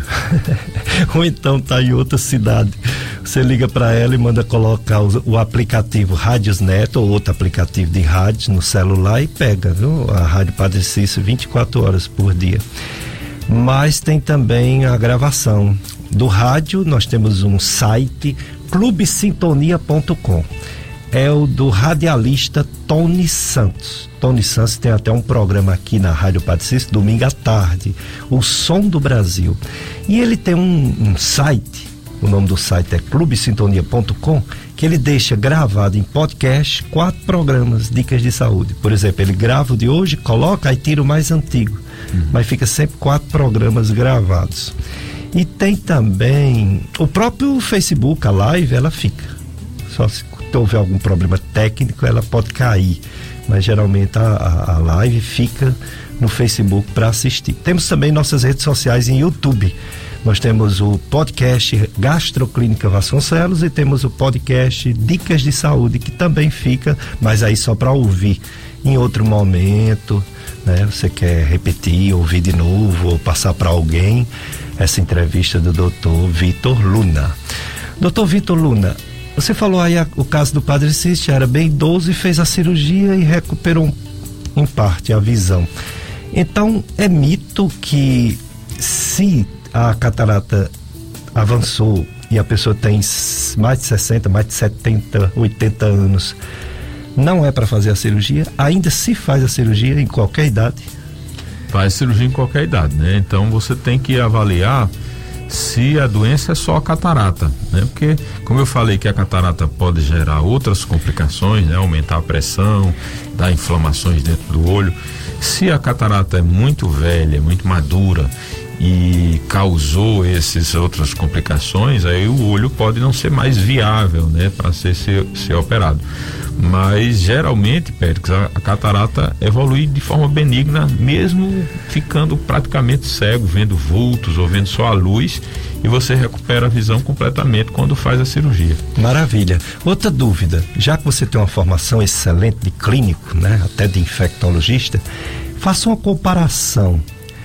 Ou então está em outra cidade. Você liga para ela e manda colocar o, o aplicativo Rádios Neto ou outro aplicativo de rádio no celular e pega, viu? A Rádio Padre Cícero vinte e quatro horas por dia. Mas tem também a gravação do rádio. Nós temos um site, clube sintonia ponto com. É o do radialista Tony Santos. Tony Santos tem até um programa aqui na Rádio Padre Cícero, domingo à tarde, O Som do Brasil. E ele tem um, um site, o nome do site é clube sintonia ponto com, que ele deixa gravado em podcast quatro programas, dicas de saúde. Por exemplo, ele grava o de hoje, coloca e tira o mais antigo. Uhum. Mas fica sempre quatro programas gravados. E tem também o próprio Facebook, a live, ela fica. Só se houver algum problema técnico, ela pode cair. Mas geralmente a, a, a live fica no Facebook para assistir. Temos também nossas redes sociais em YouTube. Nós temos o podcast Gastroclínica Vasconcelos e temos o podcast Dicas de Saúde, que também fica, mas aí só para ouvir em outro momento, né? Você quer repetir, ouvir de novo ou passar para alguém essa entrevista do doutor Vitor Luna. doutor Vitor Luna, você falou aí a, o caso do Padre Cícero, era bem idoso e fez a cirurgia e recuperou em parte a visão. Então, é mito que se a catarata avançou e a pessoa tem mais de sessenta, mais de setenta, oitenta anos, não é para fazer a cirurgia? Ainda se faz a cirurgia em qualquer idade? Faz cirurgia em qualquer idade, né? Então você tem que avaliar se a doença é só a catarata, né? Porque, como eu falei que a catarata pode gerar outras complicações, né? Aumentar a pressão, dar inflamações dentro do olho. Se a catarata é muito velha, muito madura e causou essas outras complicações, aí o olho pode não ser mais viável, né? Para ser, ser, ser operado. Mas geralmente, Périx, a, a catarata evolui de forma benigna, mesmo ficando praticamente cego, vendo vultos ou vendo só a luz, e você recupera a visão completamente quando faz a cirurgia. Maravilha. Outra dúvida, já que você tem uma formação excelente de clínico, né, até de infectologista, faça uma comparação.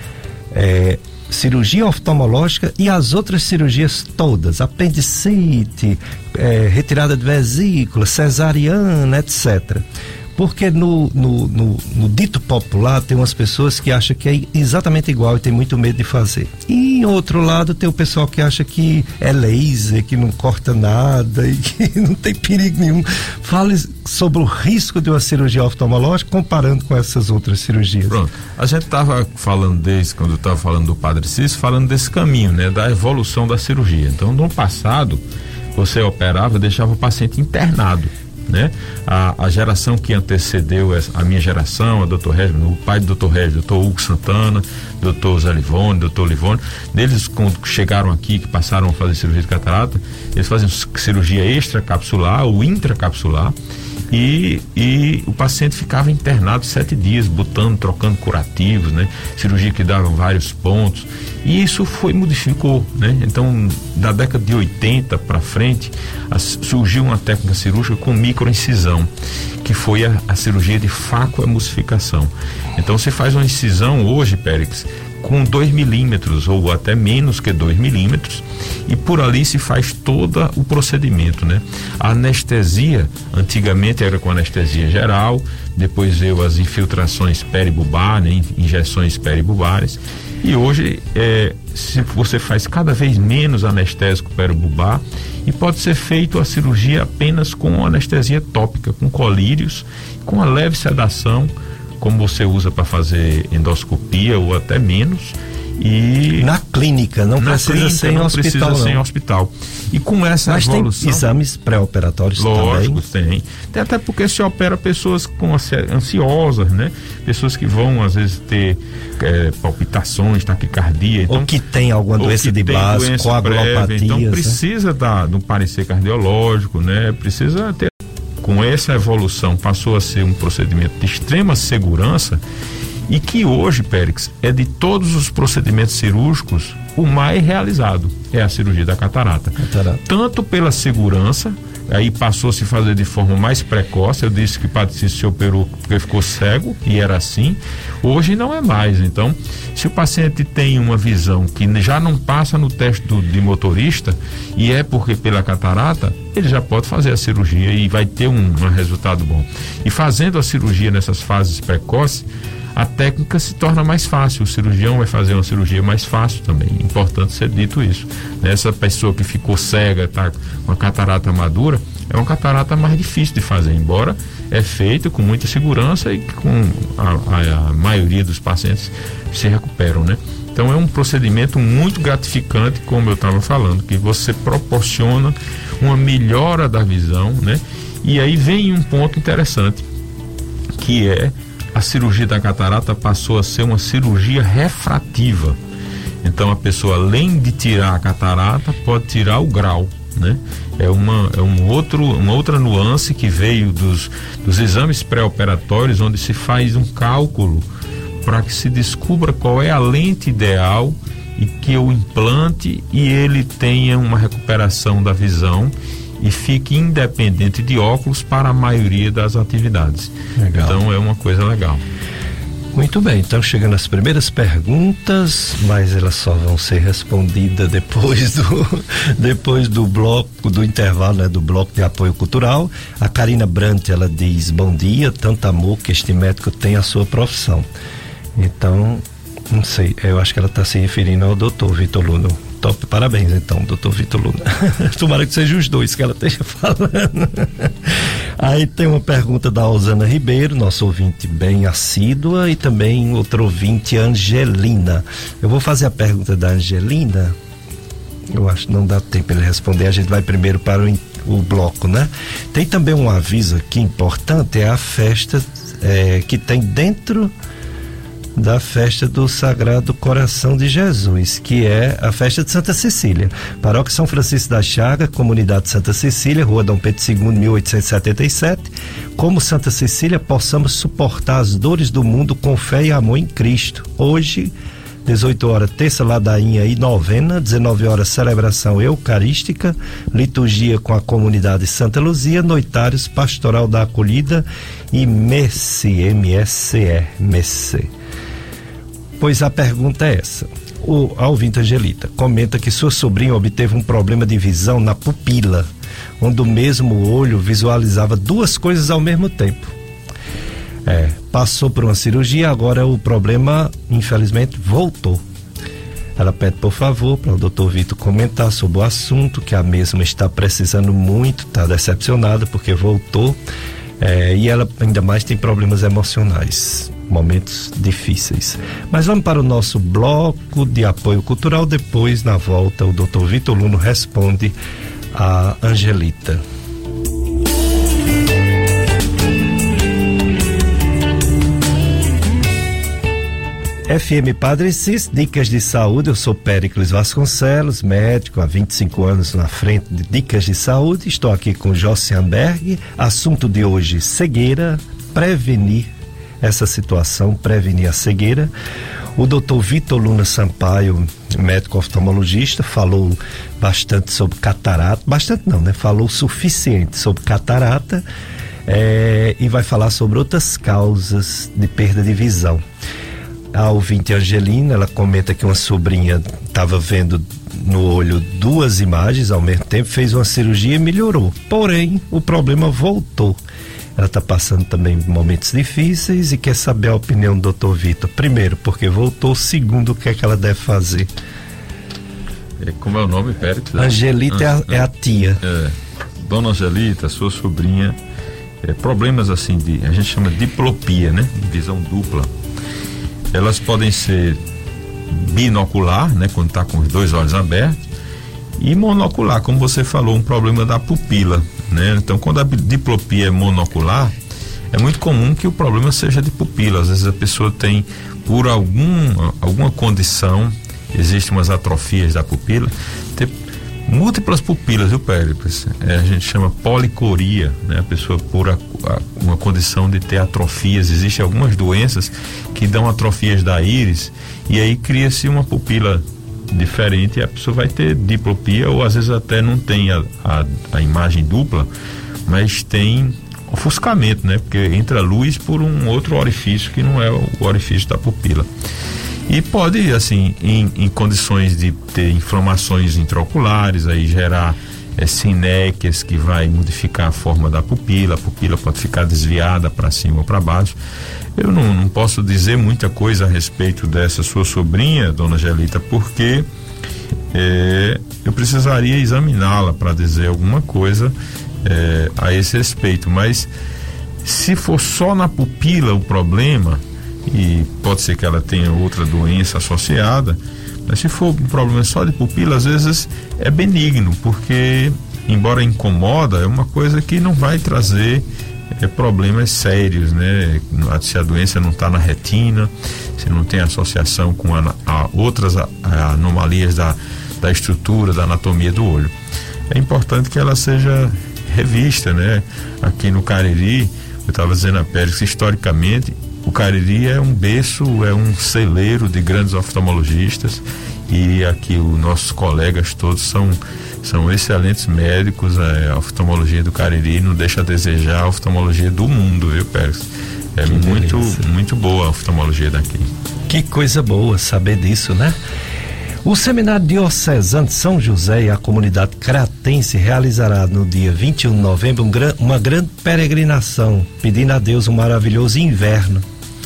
É, cirurgia oftalmológica e as outras cirurgias todas, apendicite, é, retirada de vesícula, cesariana, etcétera. Porque no, no, no, no dito popular tem umas pessoas que acham que é exatamente igual e tem muito medo de fazer. E em outro lado tem o pessoal que acha que é laser, que não corta nada e que não tem perigo nenhum. Fale sobre o risco de uma cirurgia oftalmológica comparando com essas outras cirurgias. Pronto, a gente estava falando desde quando eu estava falando do Padre Cícero, falando desse caminho, né, da evolução da cirurgia. Então, no passado, você operava e deixava o paciente internado, né? A, a geração que antecedeu a minha geração, a doutor Regis, o pai do doutor Regis, doutor Hugo Santana, doutor Zé Livone, doutor Livone, eles quando chegaram aqui, que passaram a fazer cirurgia de catarata, eles faziam cirurgia extracapsular ou intracapsular e, e o paciente ficava internado sete dias, botando, trocando curativos, né? Cirurgia que dava vários pontos, e isso foi, modificou, né? Então, da década de oitenta para frente, a, surgiu uma técnica cirúrgica com microincisão, que foi a, a cirurgia de facoemulsificação. Então, você faz uma incisão hoje, Périx, com dois milímetros ou até menos que dois milímetros, e por ali se faz todo o procedimento, né? A anestesia, antigamente era com anestesia geral, depois veio as infiltrações peribubar, né? Injeções peribubares, e hoje é, se você faz cada vez menos anestésico peribubar, e pode ser feito a cirurgia apenas com anestesia tópica, com colírios, com a leve sedação, como você usa para fazer endoscopia ou até menos. E na clínica, não na precisa clínica, ser em não hospital. Precisa não. ser em hospital. E com essa Mas evolução. Tem exames pré-operatórios também? Lógico, tem. Tem até porque se opera pessoas com ansiosas, né? Pessoas que vão, às vezes, ter é, palpitações, taquicardia. Então, ou que tem alguma doença de base, coagulopatia. Então precisa né? da, de um parecer cardiológico, né? Precisa ter com essa evolução, passou a ser um procedimento de extrema segurança e que hoje, Périx, é de todos os procedimentos cirúrgicos o mais realizado, é a cirurgia da catarata. catarata. Tanto pela segurança, aí passou a se fazer de forma mais precoce. Eu disse que Padre Cícero se operou porque ficou cego, e era assim. Hoje não é mais. Então, se o paciente tem uma visão que já não passa no teste do, de motorista, e é porque pela catarata, ele já pode fazer a cirurgia e vai ter um, um resultado bom. E fazendo a cirurgia nessas fases precoces, a técnica se torna mais fácil, o cirurgião vai fazer uma cirurgia mais fácil também. Importante ser dito isso. Essa pessoa que ficou cega, está com a catarata madura, é uma catarata mais difícil de fazer, embora é feito com muita segurança e com a, a, a maioria dos pacientes se recuperam, né? Então é um procedimento muito gratificante, como eu estava falando, que você proporciona uma melhora da visão, né? E aí vem um ponto interessante, que é a cirurgia da catarata passou a ser uma cirurgia refrativa. Então a pessoa, além de tirar a catarata, pode tirar o grau, né? É uma, é um outro, uma outra nuance que veio dos, dos exames pré-operatórios, onde se faz um cálculo para que se descubra qual é a lente ideal e que o implante e ele tenha uma recuperação da visão e fique independente de óculos para a maioria das atividades. Legal. Então é uma coisa legal. Muito bem, então chegando às primeiras perguntas, mas elas só vão ser respondidas depois do depois do bloco, do intervalo, né, do bloco de apoio cultural. A Karina Brant, ela diz: bom dia, tanto amor que este médico tem à sua profissão. Então, não sei, eu acho que ela está se referindo ao doutor Vitor Luna. Top, parabéns então, doutor Vitor Luna. Tomara que sejam os dois que ela esteja falando. Aí tem uma pergunta da Osana Ribeiro, nosso ouvinte bem assídua, e também outro ouvinte, Angelina. Eu vou fazer a pergunta da Angelina. Eu acho que não dá tempo ele responder. A gente vai primeiro para o, o bloco, né? Tem também um aviso aqui importante, é a festa é, que tem dentro da festa do Sagrado Coração de Jesus, que é a festa de Santa Cecília. Paróquia São Francisco da Chaga, Comunidade Santa Cecília, Rua Dom Pedro segundo, mil oitocentos e setenta e sete. Como Santa Cecília, possamos suportar as dores do mundo com fé e amor em Cristo. Hoje, dezoito horas, terça ladainha e novena, dezenove horas, celebração eucarística, liturgia com a comunidade Santa Luzia, noitários, pastoral da acolhida e messe, M S E, messe. Pois a pergunta é essa. O, a ouvinte Angelita comenta que sua sobrinha obteve um problema de visão na pupila, onde o mesmo olho visualizava duas coisas ao mesmo tempo. É, passou por uma cirurgia, agora o problema, infelizmente, voltou. Ela pede, por favor, para o doutor Vitor comentar sobre o assunto, que a mesma está precisando muito, está decepcionada porque voltou, é, e ela ainda mais tem problemas emocionais, momentos difíceis. Mas vamos para o nosso bloco de apoio cultural. Depois, na volta, o doutor Vitor Luna responde a Angelita. F M Padre Cícero, dicas de saúde. Eu sou Péricles Vasconcelos, médico há vinte e cinco anos na frente de dicas de saúde. Estou aqui com Josianberg. Assunto de hoje: cegueira, prevenir essa situação, prevenir a cegueira. O doutor Vitor Luna Sampaio, médico oftalmologista, falou bastante sobre catarata, bastante não, né? Falou o suficiente sobre catarata, é, e vai falar sobre outras causas de perda de visão. A ouvinte Angelina, ela comenta que uma sobrinha estava vendo no olho duas imagens ao mesmo tempo, fez uma cirurgia e melhorou. Porém, o problema voltou. Ela está passando também momentos difíceis e quer saber a opinião do doutor Vitor. Primeiro, porque voltou. Segundo, o que é que ela deve fazer? É, como é o nome, Pérez? Angelita ah, é, a, é a tia. É, Dona Angelita, sua sobrinha, é, problemas assim de, a gente chama de diplopia, né? Visão dupla. Elas podem ser binocular, né? Quando está com os dois olhos abertos, e monocular, como você falou, um problema da pupila, né? Então, quando a diplopia é monocular, é muito comum que o problema seja de pupila. Às vezes a pessoa tem, por algum, alguma condição, existem umas atrofias da pupila, ter múltiplas pupilas, viu, Péricles? É, a gente chama policoria, né? A pessoa por a, a, uma condição de ter atrofias. Existem algumas doenças que dão atrofias da íris e aí cria-se uma pupila diferente e a pessoa vai ter diplopia, ou às vezes até não tem a, a, a imagem dupla, mas tem ofuscamento, né? Porque entra luz por um outro orifício que não é o orifício da pupila. E pode, assim, em, em condições de ter inflamações intraoculares, aí gerar é, sinéquias, que vai modificar a forma da pupila, a pupila pode ficar desviada para cima ou para baixo. Eu não, não posso dizer muita coisa a respeito dessa sua sobrinha, dona Angelita, porque é, eu precisaria examiná-la para dizer alguma coisa é, a esse respeito. Mas se for só na pupila o problema, e pode ser que ela tenha outra doença associada, mas se for um problema só de pupila, às vezes é benigno, porque embora incomoda, é uma coisa que não vai trazer é, problemas sérios, né? Se a doença não está na retina, se não tem associação com a, a outras a, a anomalias da, da estrutura, da anatomia do olho. É importante que ela seja revista, né? Aqui no Cariri, eu estava dizendo a Pérez que historicamente o Cariri é um berço, é um celeiro de grandes oftalmologistas, e aqui os nossos colegas todos são, são excelentes médicos. A oftalmologia do Cariri não deixa a desejar a oftalmologia do mundo, viu, Pérez? É que muito, beleza. Muito boa a oftalmologia daqui. Que coisa boa saber disso, né? O Seminário Diocesano de São José e a comunidade cratense realizará no dia vinte e um de novembro um gran, uma grande peregrinação, pedindo a Deus um maravilhoso inverno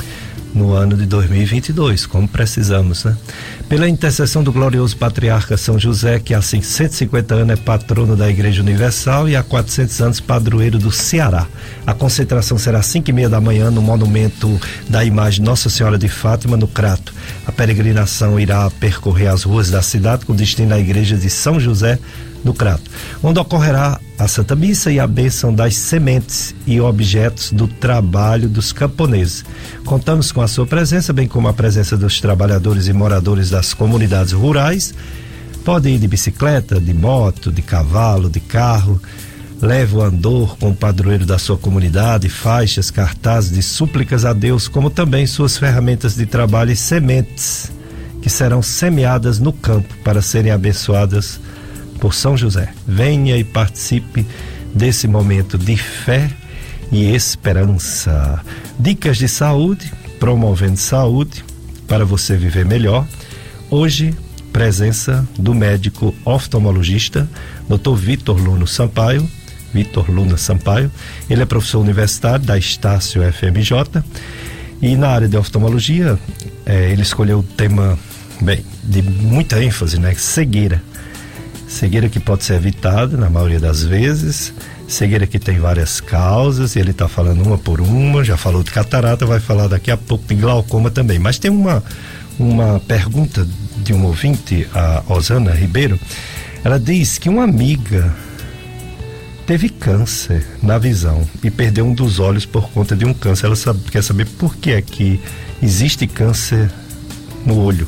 no ano de dois mil e vinte e dois, como precisamos, né? Pela intercessão do glorioso patriarca São José, que há cento e cinquenta anos é patrono da Igreja Universal e há quatrocentos anos padroeiro do Ceará. A concentração será às cinco e meia da manhã no monumento da imagem Nossa Senhora de Fátima, no Crato. A peregrinação irá percorrer as ruas da cidade com destino à Igreja de São José do Crato, onde ocorrerá a Santa Missa e a bênção das sementes e objetos do trabalho dos camponeses. Contamos com a sua presença, bem como a presença dos trabalhadores e moradores das comunidades rurais. Pode ir de bicicleta, de moto, de cavalo, de carro. Leve o andor com o padroeiro da sua comunidade, faixas, cartazes de súplicas a Deus, como também suas ferramentas de trabalho e sementes que serão semeadas no campo para serem abençoadas por São José. Venha e participe desse momento de fé e esperança. Dicas de saúde, promovendo saúde para você viver melhor. Hoje, presença do médico oftalmologista doutor Vitor Luna Sampaio. Vitor Luna Sampaio, ele é professor universitário da Estácio F M J, e na área de oftalmologia eh, ele escolheu o tema, bem, de muita ênfase, né? Cegueira. Cegueira que pode ser evitada na maioria das vezes, cegueira que tem várias causas, e ele está falando uma por uma. Já falou de catarata, vai falar daqui a pouco de glaucoma também. Mas tem uma, uma pergunta de um ouvinte, a Osana Ribeiro. Ela diz que uma amiga teve câncer na visão e perdeu um dos olhos por conta de um câncer. Ela sabe, quer saber por que é que existe câncer no olho.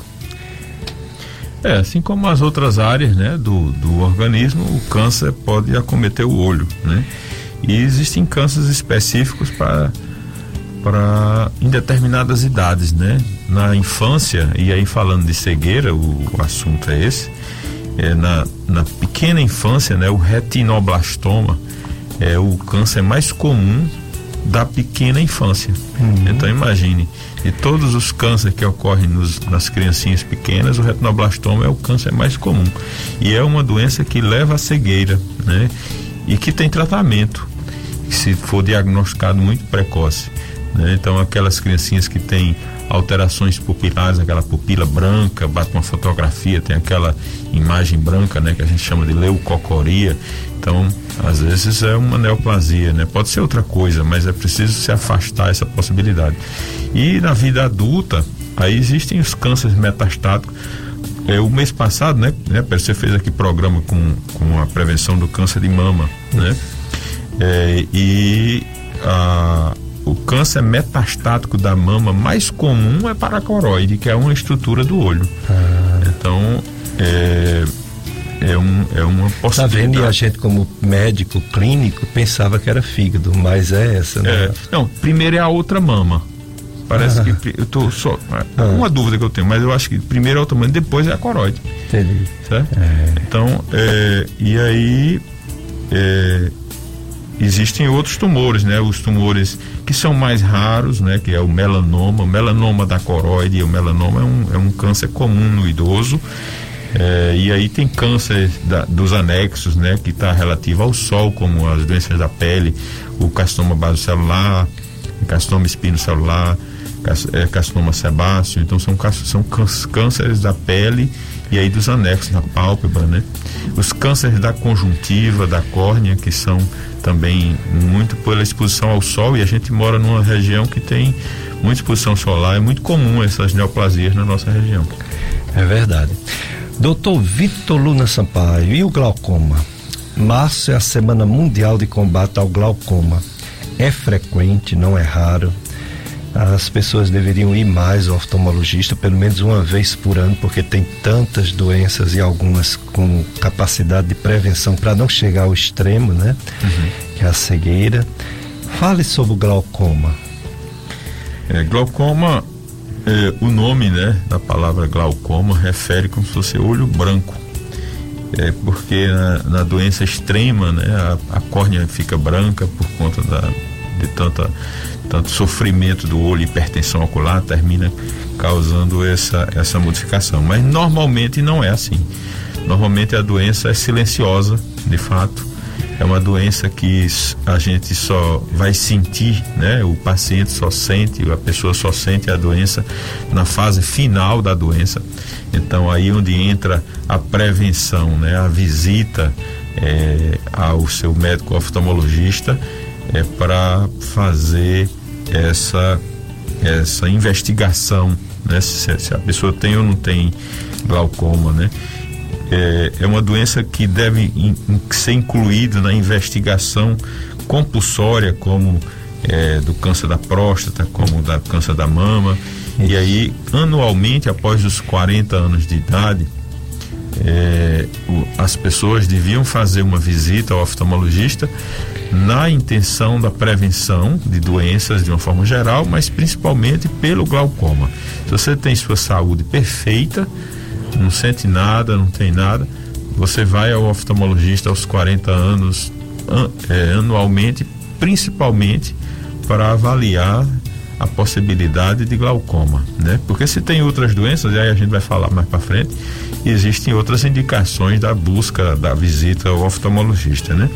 É, assim como as outras áreas, né, do, do organismo, o câncer pode acometer o olho, né? E existem cânceres específicos para para em determinadas idades, né? Na infância, e aí falando de cegueira, o, o assunto é esse, é na, na pequena infância, né, o retinoblastoma é o câncer mais comum da pequena infância. Uhum. Então imagine, de todos os cânceres que ocorrem nos, nas criancinhas pequenas, o retinoblastoma é o câncer mais comum, e é uma doença que leva à cegueira, né? E que tem tratamento, se for diagnosticado muito precoce, né? Então aquelas criancinhas que têm alterações pupilares, aquela pupila branca, bate uma fotografia, tem aquela imagem branca, né, que a gente chama de leucocoria. Então, às vezes é uma neoplasia, né? Pode ser outra coisa, mas é preciso se afastar essa possibilidade. E na vida adulta, aí existem os cânceres metastáticos. É, o mês passado, né, né, você fez aqui programa com, com a prevenção do câncer de mama, né? É, e a o câncer metastático da mama mais comum é paracoroide, que é uma estrutura do olho. Ah. Então, é, é, um, é uma possibilidade. Tá vendo? E a gente, como médico clínico, pensava que era fígado, mas é essa, né? É, não, primeiro é a outra mama. Parece ah. que eu tô só. Ah. Uma dúvida que eu tenho, mas eu acho que primeiro é a outra mama, depois é a coroide. Entendi. Certo? É. Então, é, e aí é, existem outros tumores, né? Os tumores que são mais raros, né? Que é o melanoma, o melanoma da coroide. O melanoma é um, é um câncer comum no idoso. É, e aí tem câncer da, dos anexos, né? Que está relativo ao sol, como as doenças da pele, o carcinoma basocelular, o carcinoma espinocelular, é, carcinoma sebáceo. Então são, são cânceres da pele e aí dos anexos, da pálpebra, né? Os cânceres da conjuntiva, da córnea, que são também muito pela exposição ao sol, e a gente mora numa região que tem muita exposição solar, é muito comum essas neoplasias na nossa região. É verdade. Doutor Vitor Luna Sampaio, e o glaucoma? Março é a Semana Mundial de Combate ao Glaucoma. É frequente, não é raro. As pessoas deveriam ir mais ao oftalmologista pelo menos uma vez por ano, porque tem tantas doenças e algumas com capacidade de prevenção para não chegar ao extremo, né? Uhum. Que é a cegueira. Fale sobre o glaucoma. É, glaucoma, é, o nome, né, da palavra glaucoma refere como se fosse olho branco. É porque na, na doença extrema, né, a, a córnea fica branca por conta da, de tanta, tanto sofrimento do olho, hipertensão ocular, termina causando essa, essa modificação. Mas normalmente não é assim. Normalmente a doença é silenciosa, de fato. É uma doença que a gente só vai sentir, né? O paciente só sente, a pessoa só sente a doença na fase final da doença. Então aí onde entra a prevenção, né? A visita é, ao seu médico oftalmologista é para fazer essa essa investigação, né? Se, se a pessoa tem ou não tem glaucoma, né? É, é uma doença que deve in, in, ser incluída na investigação compulsória, como é, do câncer da próstata, como da câncer da mama. Isso. E aí, anualmente, após os quarenta anos de idade, é, o, as pessoas deviam fazer uma visita ao oftalmologista na intenção da prevenção de doenças de uma forma geral, mas principalmente pelo glaucoma. Se você tem sua saúde perfeita, não sente nada, não tem nada, você vai ao oftalmologista aos quarenta anos, an, é, anualmente, principalmente para avaliar a possibilidade de glaucoma, né? Porque se tem outras doenças, e aí a gente vai falar mais para frente, existem outras indicações da busca, da visita ao oftalmologista, né?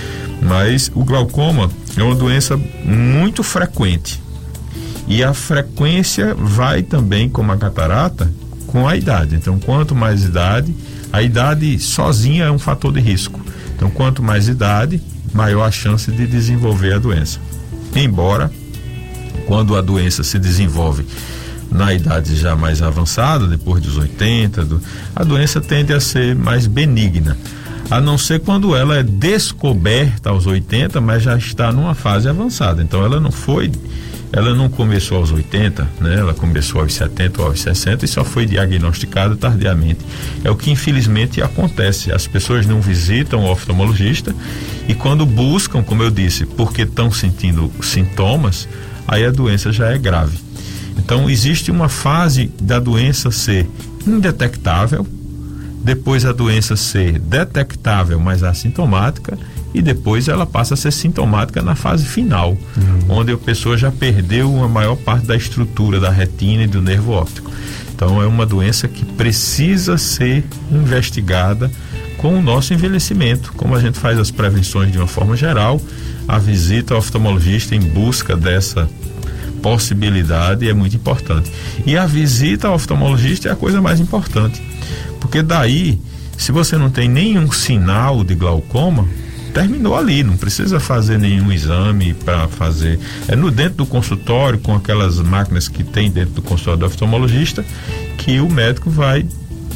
Mas o glaucoma é uma doença muito frequente, e a frequência vai também, como a catarata, com a idade. Então, quanto mais idade, a idade sozinha é um fator de risco. Então, quanto mais idade, maior a chance de desenvolver a doença. Embora, quando a doença se desenvolve na idade já mais avançada, depois dos oitenta, do, a doença tende a ser mais benigna, a não ser quando ela é descoberta aos oitenta, mas já está numa fase avançada. Então, ela não foi Ela não começou aos oitenta, né? Ela começou aos setenta ou aos sessenta e só foi diagnosticada tardiamente. É o que infelizmente acontece. As pessoas não visitam o oftalmologista e quando buscam, como eu disse, porque estão sentindo sintomas, aí a doença já é grave. Então existe uma fase da doença ser indetectável, depois a doença ser detectável, mas assintomática, e depois ela passa a ser sintomática na fase final, uhum. onde a pessoa já perdeu a maior parte da estrutura da retina e do nervo óptico. Então é uma doença que precisa ser investigada com o nosso envelhecimento, como a gente faz as prevenções de uma forma geral, a visita ao oftalmologista em busca dessa possibilidade é muito importante. E a visita ao oftalmologista é a coisa mais importante, porque daí, se você não tem nenhum sinal de glaucoma, terminou ali, não precisa fazer nenhum exame para fazer. É no dentro do consultório, com aquelas máquinas que tem dentro do consultório do oftalmologista, que o médico vai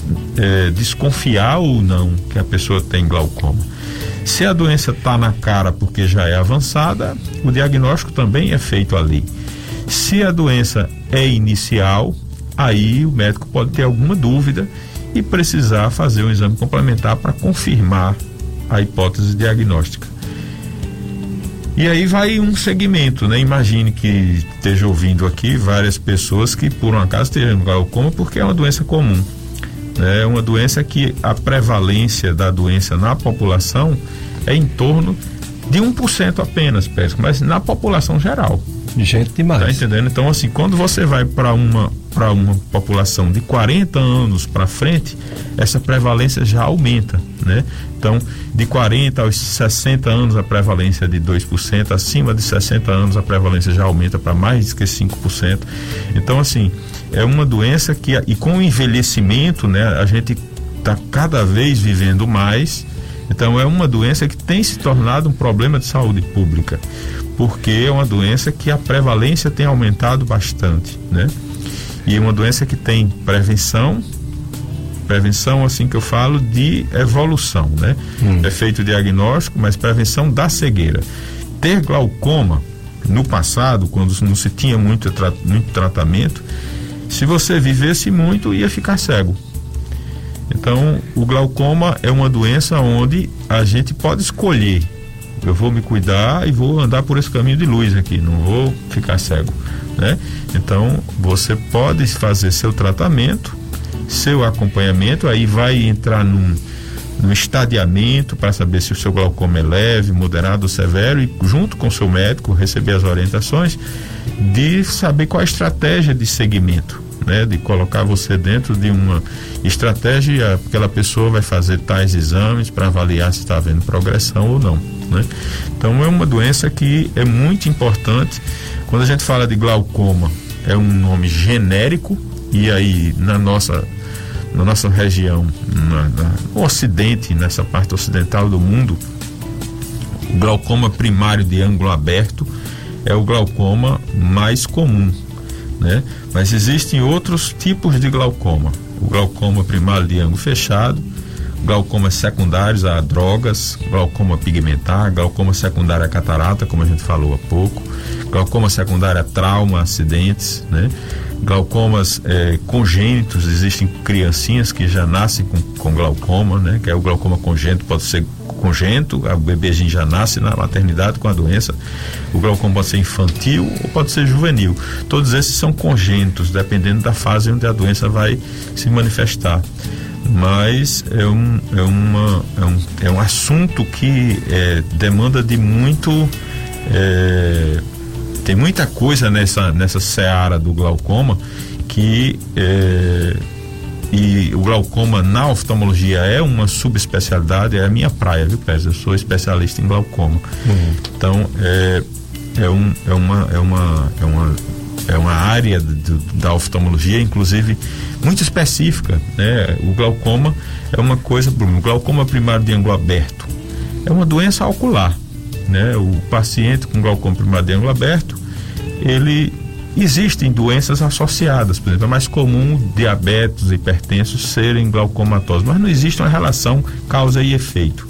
é, desconfiar ou não que a pessoa tem glaucoma. Se a doença está na cara porque já é avançada, o diagnóstico também é feito ali. Se a doença é inicial, aí o médico pode ter alguma dúvida e precisar fazer um exame complementar para confirmar a hipótese diagnóstica. E aí vai um segmento, né? Imagine que esteja ouvindo aqui várias pessoas que por um acaso estejam no glaucoma, porque é uma doença comum. É uma doença que a prevalência da doença na população é em torno de um por cento apenas, mas na população geral. Gente demais. Tá entendendo? Então, assim, quando você vai para uma, para uma população de quarenta anos para frente, essa prevalência já aumenta, né? Então, de quarenta aos sessenta anos a prevalência é de dois por cento, acima de sessenta anos a prevalência já aumenta para mais que cinco por cento. Então, assim, é uma doença que, e com o envelhecimento, né, a gente está cada vez vivendo mais. Então é uma doença que tem se tornado um problema de saúde pública, porque é uma doença que a prevalência tem aumentado bastante, né? E é uma doença que tem prevenção, prevenção assim que eu falo de evolução, né? Hum. É feito o diagnóstico, mas prevenção da cegueira. Ter glaucoma no passado, quando não se tinha muito, tra- muito tratamento, se você vivesse muito, ia ficar cego. Então, o glaucoma é uma doença onde a gente pode escolher. Eu vou me cuidar e vou andar por esse caminho de luz aqui, não vou ficar cego, né? Então, você pode fazer seu tratamento, seu acompanhamento, aí vai entrar num, num estadiamento para saber se o seu glaucoma é leve, moderado ou severo, e junto com o seu médico receber as orientações de saber qual a estratégia de segmento, né, de colocar você dentro de uma estratégia, aquela pessoa vai fazer tais exames para avaliar se está havendo progressão ou não, né? Então é uma doença que é muito importante. Quando a gente fala de glaucoma, é um nome genérico, e aí na nossa na nossa região, na, na, no ocidente, nessa parte ocidental do mundo, o glaucoma primário de ângulo aberto é o glaucoma mais comum, né? Mas existem outros tipos de glaucoma. O glaucoma primário de ângulo fechado, glaucomas secundários a drogas, glaucoma pigmentar, glaucoma secundário a catarata, como a gente falou há pouco, glaucoma secundário a trauma, acidentes, né? Glaucomas eh, congênitos, existem criancinhas que já nascem com, com glaucoma, né? Que é o glaucoma congênito, pode ser congênito, o bebezinho já nasce na maternidade com a doença. O glaucoma pode ser infantil ou pode ser juvenil. Todos esses são congênitos, dependendo da fase onde a doença vai se manifestar. Mas é um, é uma, é um, é um assunto que é, demanda de muito... É, tem muita coisa nessa, nessa seara do glaucoma que... É, e o glaucoma na oftalmologia é uma subespecialidade, é a minha praia, viu, Pérez? Eu sou especialista em glaucoma. Uhum. Então, é, é, um, é, uma, é, uma, é, uma, é uma área do, da oftalmologia, inclusive, muito específica, né? O glaucoma é uma coisa, o glaucoma primário de ângulo aberto é uma doença ocular, né? O paciente com glaucoma primário de ângulo aberto, ele... Existem doenças associadas, por exemplo, é mais comum diabetes, hipertensos serem glaucomatosos, mas não existe uma relação causa e efeito.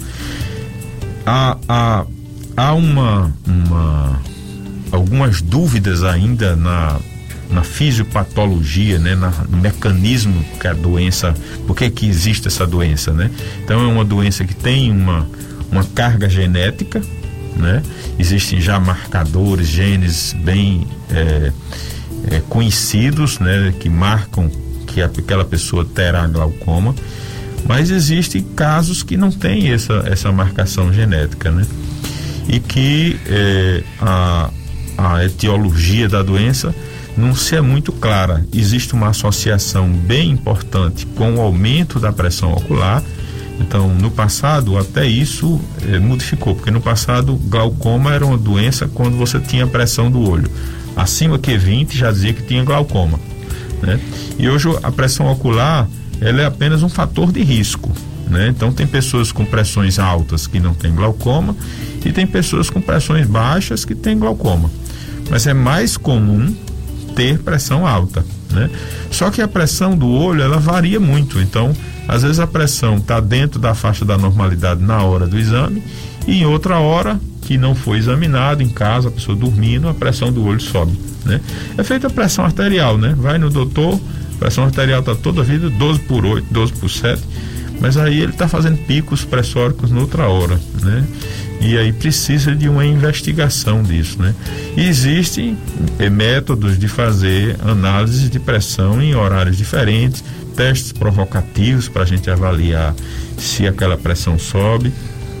Há, há, há uma, uma, algumas dúvidas ainda na, na fisiopatologia, né, na, no mecanismo que a doença, por que que existe essa doença, né? Então é uma doença que tem uma, uma carga genética, né? Existem já marcadores, genes bem é, é, conhecidos, né? Que marcam que aquela pessoa terá glaucoma, mas existem casos que não tem essa, essa marcação genética, né? E que é, a, a etiologia da doença não se é muito clara. Existe uma associação bem importante com o aumento da pressão ocular. Então, no passado, até isso eh, modificou, porque no passado, glaucoma era uma doença quando você tinha pressão do olho acima que vinte, já dizia que tinha glaucoma, né? E hoje a pressão ocular, ela é apenas um fator de risco, né? Então, tem pessoas com pressões altas que não têm glaucoma e tem pessoas com pressões baixas que têm glaucoma, mas é mais comum ter pressão alta, né? Só que a pressão do olho, ela varia muito. Então, às vezes a pressão está dentro da faixa da normalidade na hora do exame, e em outra hora que não foi examinado, em casa, a pessoa dormindo, a pressão do olho sobe, né? É feita a pressão arterial, né? Vai no doutor, pressão arterial está toda a vida doze por oito, doze por sete, mas aí ele está fazendo picos pressóricos noutra hora, né? E aí precisa de uma investigação disso, né? E existem é, métodos de fazer análises de pressão em horários diferentes, testes provocativos para a gente avaliar se aquela pressão sobe.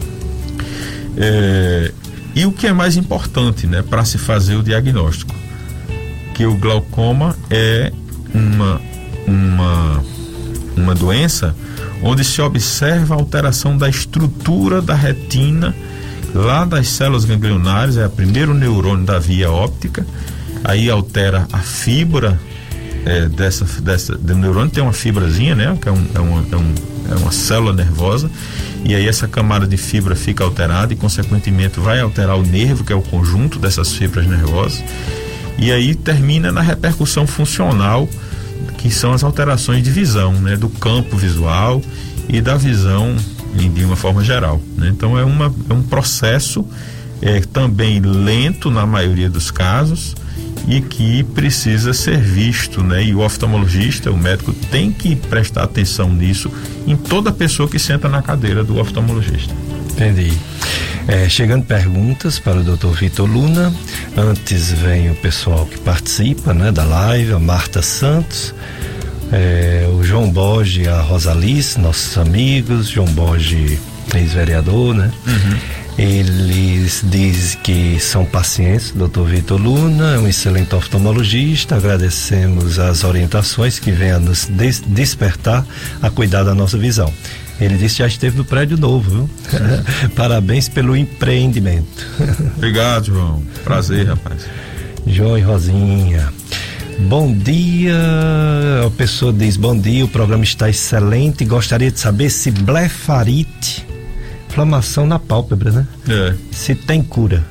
É, e o que é mais importante, né, para se fazer o diagnóstico, que o glaucoma é uma, uma, uma doença onde se observa a alteração da estrutura da retina, lá das células ganglionares, é o primeiro neurônio da via óptica, aí altera a fibra é, dessa, dessa, do neurônio, tem uma fibrazinha, né, que é, um, é, uma, é, um, é uma célula nervosa, e aí essa camada de fibra fica alterada e consequentemente vai alterar o nervo, que é o conjunto dessas fibras nervosas, e aí termina na repercussão funcional, que são as alterações de visão, né, do campo visual e da visão de uma forma geral, né? Então é, uma, é um processo é, também lento na maioria dos casos e que precisa ser visto, né? E o oftalmologista, o médico, tem que prestar atenção nisso em toda pessoa que senta na cadeira do oftalmologista. Entendi. É, chegando perguntas para o doutor Vitor Luna. Antes vem o pessoal que participa, né, da live, a Marta Santos, é, o João Borges, a Rosalice, nossos amigos. João Borges, ex-vereador, né? Uhum. Eles dizem que são pacientes, doutor Vitor Luna é um excelente oftalmologista. Agradecemos as orientações que vêm a nos des- despertar a cuidar da nossa visão. Ele disse que já esteve no prédio novo, viu? Parabéns pelo empreendimento. Obrigado, João. Prazer, rapaz. João e Rosinha. Bom dia. A pessoa diz: bom dia, o programa está excelente. Gostaria de saber se blefarite, inflamação na pálpebra, né? É. Se tem cura.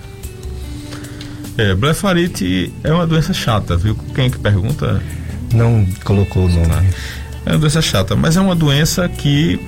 É, blefarite é uma doença chata, viu? Quem é que pergunta? Não colocou o nome. Tá. É uma doença chata, mas é uma doença que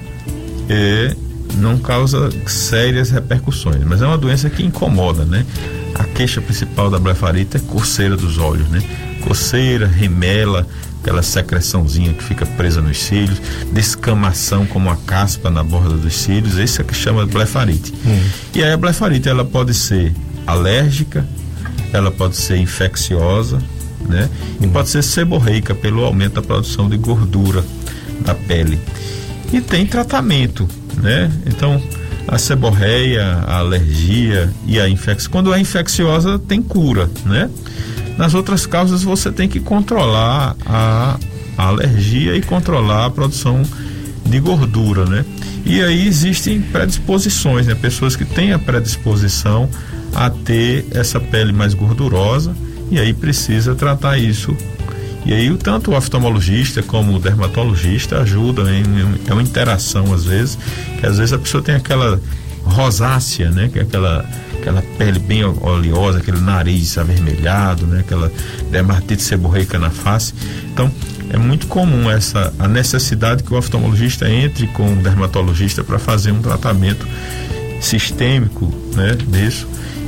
é, não causa sérias repercussões, mas é uma doença que incomoda, né? A queixa principal da blefarite é coceira dos olhos, né? Coceira, remela, aquela secreçãozinha que fica presa nos cílios, descamação como a caspa na borda dos cílios, isso é que chama de blefarite. Hum. E aí a blefarite, ela pode ser alérgica, ela pode ser infecciosa, né? Hum. E pode ser seborreica, pelo aumento da produção de gordura da pele. E tem tratamento, né? Então, a seborreia, a alergia e a infecção, quando é infecciosa, tem cura, né? Nas outras causas, você tem que controlar a, a alergia e controlar a produção de gordura, né? E aí existem predisposições, né? Pessoas que têm a predisposição a ter essa pele mais gordurosa, e aí precisa tratar isso. E aí tanto o oftalmologista como o dermatologista ajudam em, em, é uma interação às vezes, que às vezes a pessoa tem aquela rosácea, né? Que é aquela, aquela pele bem oleosa, aquele nariz avermelhado, né? Aquela dermatite seborreica na face. Então é muito comum essa, a necessidade que o oftalmologista entre com o dermatologista para fazer um tratamento sistêmico, né? Disso.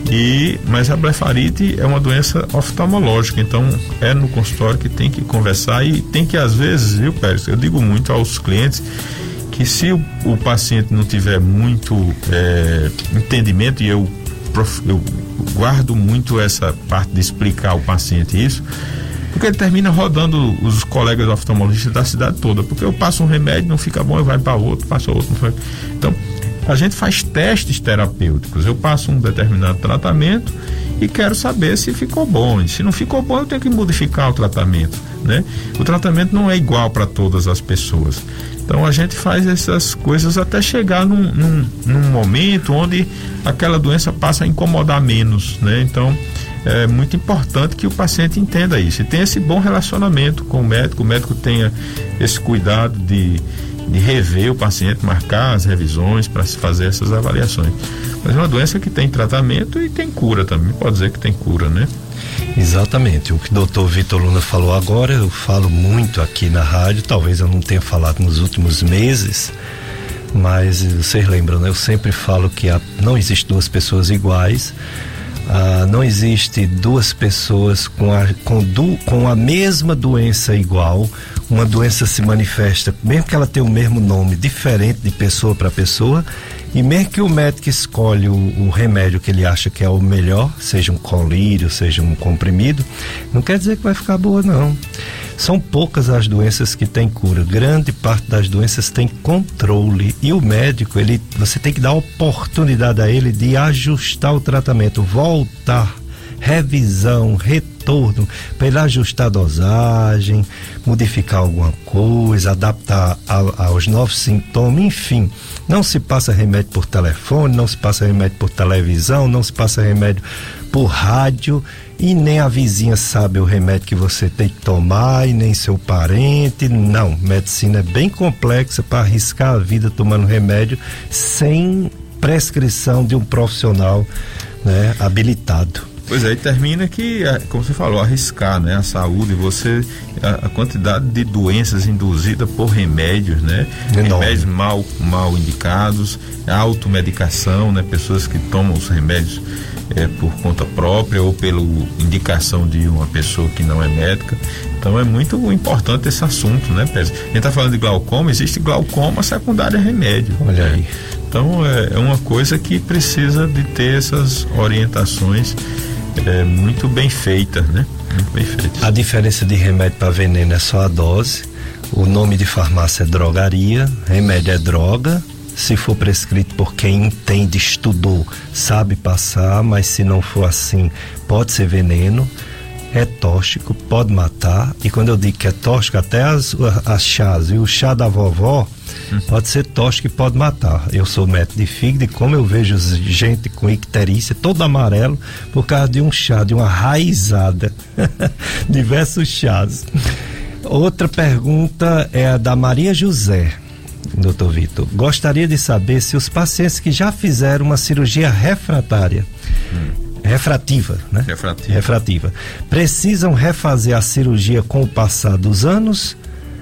E, mas a blefarite é uma doença oftalmológica, então é no consultório que tem que conversar e tem que, às vezes, viu, Pérez, eu digo muito aos clientes que se o, o paciente não tiver muito é, entendimento, e eu, eu guardo muito essa parte de explicar ao paciente isso, porque ele termina rodando os colegas oftalmologistas da cidade toda, porque eu passo um remédio, não fica bom, eu vai para outro, passa outro, não foi. Então a gente faz testes terapêuticos. Eu passo um determinado tratamento e quero saber se ficou bom. E se não ficou bom, eu tenho que modificar o tratamento, né? O tratamento não é igual para todas as pessoas. Então a gente faz essas coisas até chegar num, num, num momento onde aquela doença passa a incomodar menos, né? Então é muito importante que o paciente entenda isso e tenha esse bom relacionamento com o médico, o médico tenha esse cuidado de de rever o paciente, marcar as revisões para se fazer essas avaliações. Mas é uma doença que tem tratamento e tem cura também, pode dizer que tem cura, né? Exatamente, o que o doutor Vitor Luna falou agora, eu falo muito aqui na rádio, talvez eu não tenha falado nos últimos meses, mas vocês lembram, né? Eu sempre falo que há, não existe duas pessoas iguais. Ah, não existe duas pessoas com a, com, du, com a mesma doença igual. Uma doença se manifesta, mesmo que ela tenha o mesmo nome, diferente de pessoa para pessoa, e mesmo que o médico escolhe o, o remédio que ele acha que é o melhor, seja um colírio, seja um comprimido, não quer dizer que vai ficar boa, não. São poucas as doenças que têm cura, grande parte das doenças tem controle, e o médico, ele, você tem que dar a oportunidade a ele de ajustar o tratamento, voltar, revisão, retorno, para ele ajustar a dosagem, modificar alguma coisa, adaptar a, aos novos sintomas, enfim. Não se passa remédio por telefone, não se passa remédio por televisão, não se passa remédio por rádio, e nem a vizinha sabe o remédio que você tem que tomar, e nem seu parente. Não, medicina é bem complexa para arriscar a vida tomando remédio sem prescrição de um profissional, né, habilitado. Pois é, e termina que, como você falou, arriscar, né, a saúde, você, a, a quantidade de doenças induzidas por remédios, né, Enorme. Remédios mal, mal indicados, automedicação, né, pessoas que tomam os remédios é, por conta própria ou pela indicação de uma pessoa que não é médica. Então é muito importante esse assunto, né, Pérez? A gente está falando de glaucoma, existe glaucoma secundário a remédio. Olha aí. Então é, é uma coisa que precisa de ter essas orientações é, muito bem feitas, né? Muito bem feitas. A diferença de remédio para veneno é só a dose. O nome de farmácia é drogaria, remédio é droga. Se for prescrito por quem entende, estudou, sabe passar, mas se não for assim, pode ser veneno. É tóxico, pode matar, e quando eu digo que é tóxico, até as, as chás e o chá da vovó hum. pode ser tóxico e pode matar. Eu sou médico de fígado e como eu vejo gente com icterícia todo amarelo por causa de um chá, de uma raizada. Diversos chás. Outra pergunta é a da Maria José. Doutor Vitor, gostaria de saber se os pacientes que já fizeram uma cirurgia refratária hum. refrativa, né? Refrativa. Refrativa. Precisam refazer a cirurgia com o passar dos anos?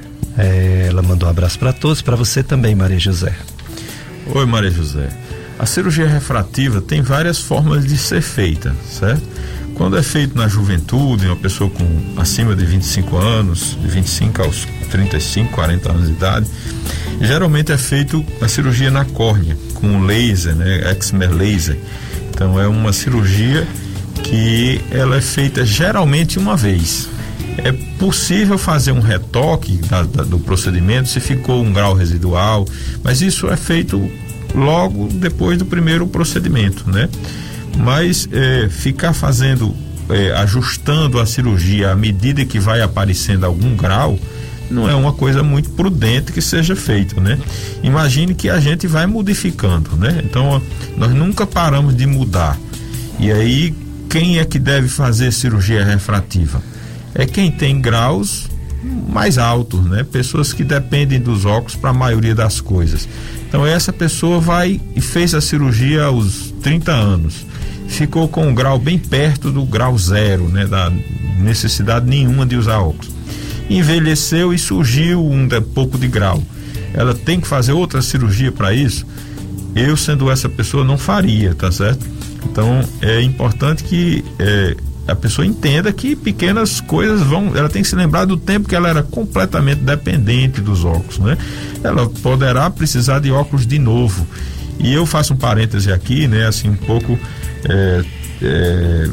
É, ela mandou um abraço para todos, para você também, Maria José. Oi, Maria José. A cirurgia refrativa tem várias formas de ser feita, certo? Quando é feito na juventude, uma pessoa com acima de vinte e cinco anos, de vinte e cinco aos trinta e cinco, quarenta anos de idade, geralmente é feito a cirurgia na córnea, com laser, né? Excimer laser. Então é uma cirurgia que ela é feita geralmente uma vez. É possível fazer um retoque da, da, do procedimento se ficou um grau residual, mas isso é feito logo depois do primeiro procedimento, né? Mas é, ficar fazendo, é, ajustando a cirurgia à medida que vai aparecendo algum grau, não é uma coisa muito prudente que seja feita, né? Imagine que a gente vai modificando, né? Então, nós nunca paramos de mudar. E aí, quem é que deve fazer cirurgia refrativa? É quem tem graus mais altos, né? Pessoas que dependem dos óculos para a maioria das coisas. Então, essa pessoa vai e fez a cirurgia aos trinta anos. Ficou com um grau bem perto do grau zero, né? Da necessidade nenhuma de usar óculos. Envelheceu e surgiu um de, pouco de grau. Ela tem que fazer outra cirurgia para isso? Eu, sendo essa pessoa, não faria, tá certo? Então é importante que é, a pessoa entenda que pequenas coisas vão, ela tem que se lembrar do tempo que ela era completamente dependente dos óculos, né? Ela poderá precisar de óculos de novo. E eu faço um parêntese aqui, né? Assim, um pouco é, é,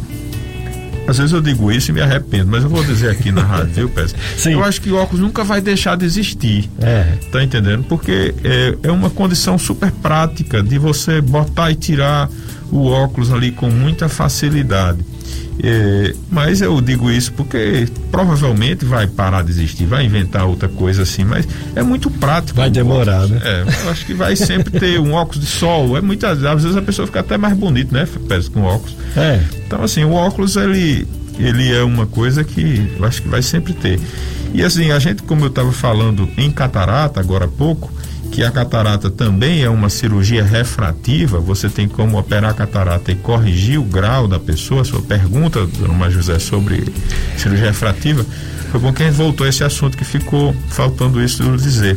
às vezes eu digo isso e me arrependo, mas eu vou dizer aqui na rádio, viu, Pérez? Eu acho que o óculos nunca vai deixar de existir. É. Tá entendendo? Porque é, é uma condição super prática de você botar e tirar o óculos ali com muita facilidade. É, mas eu digo isso porque provavelmente vai parar de existir, vai inventar outra coisa assim, mas é muito prático. Vai demorar, óculos, né? É, eu acho que vai sempre ter um óculos de sol. É muitas às vezes a pessoa fica até mais bonita, né, Pérez, com óculos. É. Então, assim, o óculos ele, ele é uma coisa que eu acho que vai sempre ter. E assim, a gente, como eu estava falando em catarata agora há pouco, que a catarata também é uma cirurgia refrativa, você tem como operar a catarata e corrigir o grau da pessoa. A sua pergunta, dona Maria José, sobre cirurgia refrativa, foi bom que a gente voltou a esse assunto que ficou faltando isso de dizer.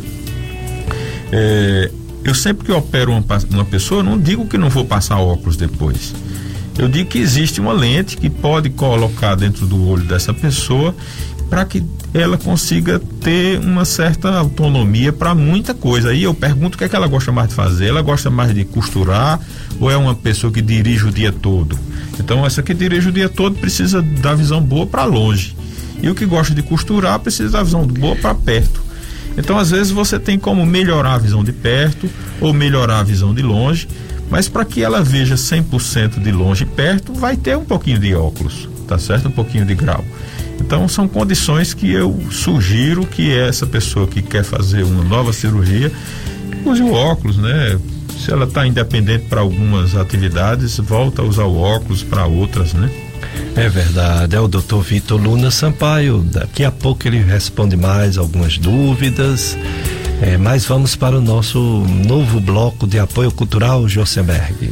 É, eu sempre que opero uma, uma pessoa, não digo que não vou passar óculos depois. Eu digo que existe uma lente que pode colocar dentro do olho dessa pessoa para que ela consiga ter uma certa autonomia para muita coisa. Aí eu pergunto o que é que ela gosta mais de fazer. Ela gosta mais de costurar ou é uma pessoa que dirige o dia todo? Então essa que dirige o dia todo precisa da visão boa para longe, e o que gosta de costurar precisa da visão boa para perto. Então às vezes você tem como melhorar a visão de perto ou melhorar a visão de longe, mas para que ela veja cem por cento de longe e perto, vai ter um pouquinho de óculos, tá certo? Um pouquinho de grau. Então são condições que eu sugiro que essa pessoa que quer fazer uma nova cirurgia use o óculos, né? Se ela está independente para algumas atividades, volta a usar o óculos para outras, né? É verdade, é o doutor Vitor Luna Sampaio. Daqui a pouco ele responde mais algumas dúvidas. É, mas vamos para o nosso novo bloco de apoio cultural, Josenberg.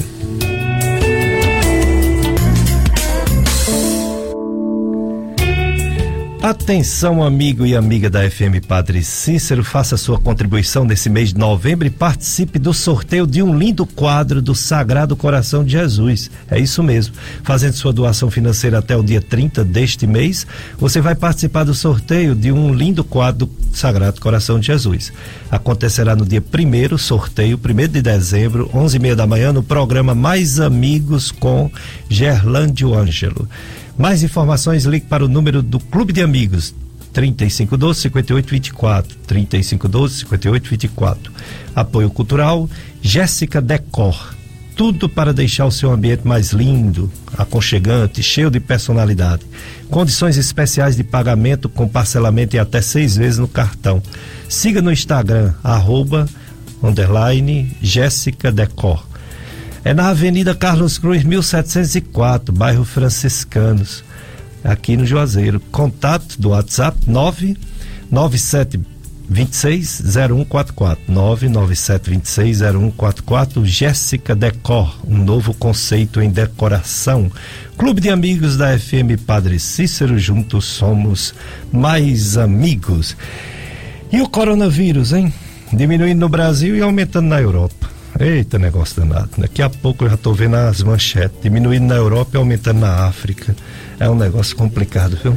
Atenção, amigo e amiga da F M Padre Cícero, faça sua contribuição nesse mês de novembro e participe do sorteio de um lindo quadro do Sagrado Coração de Jesus. É isso mesmo. Fazendo sua doação financeira até o dia trinta deste mês, você vai participar do sorteio de um lindo quadro do Sagrado Coração de Jesus. Acontecerá no dia primeiro, sorteio, primeiro de dezembro, onze e meia da manhã, no programa Mais Amigos com Gerlândio Ângelo. Mais informações, ligue para o número do Clube de Amigos, trinta e cinco doze, cinquenta e oito vinte e quatro, trinta e cinco doze, cinquenta e oito vinte e quatro. Apoio cultural, Jéssica Decor. Tudo para deixar o seu ambiente mais lindo, aconchegante, cheio de personalidade. Condições especiais de pagamento com parcelamento em até seis vezes no cartão. Siga no Instagram, arroba, underline, Jéssica Decor. É na Avenida Carlos Cruz, mil setecentos e quatro, bairro Franciscanos, aqui no Juazeiro. Contato do WhatsApp nove nove sete dois seis zero um quatro quatro, nove nove sete dois seis zero um quatro quatro. Jéssica Decor, um novo conceito em decoração. Clube de Amigos da F M Padre Cícero, juntos somos mais amigos. E o coronavírus, hein? Diminuindo no Brasil e aumentando na Europa. Eita, negócio danado. Daqui a pouco eu já tô vendo as manchetes, diminuindo na Europa e aumentando na África. É um negócio complicado, viu?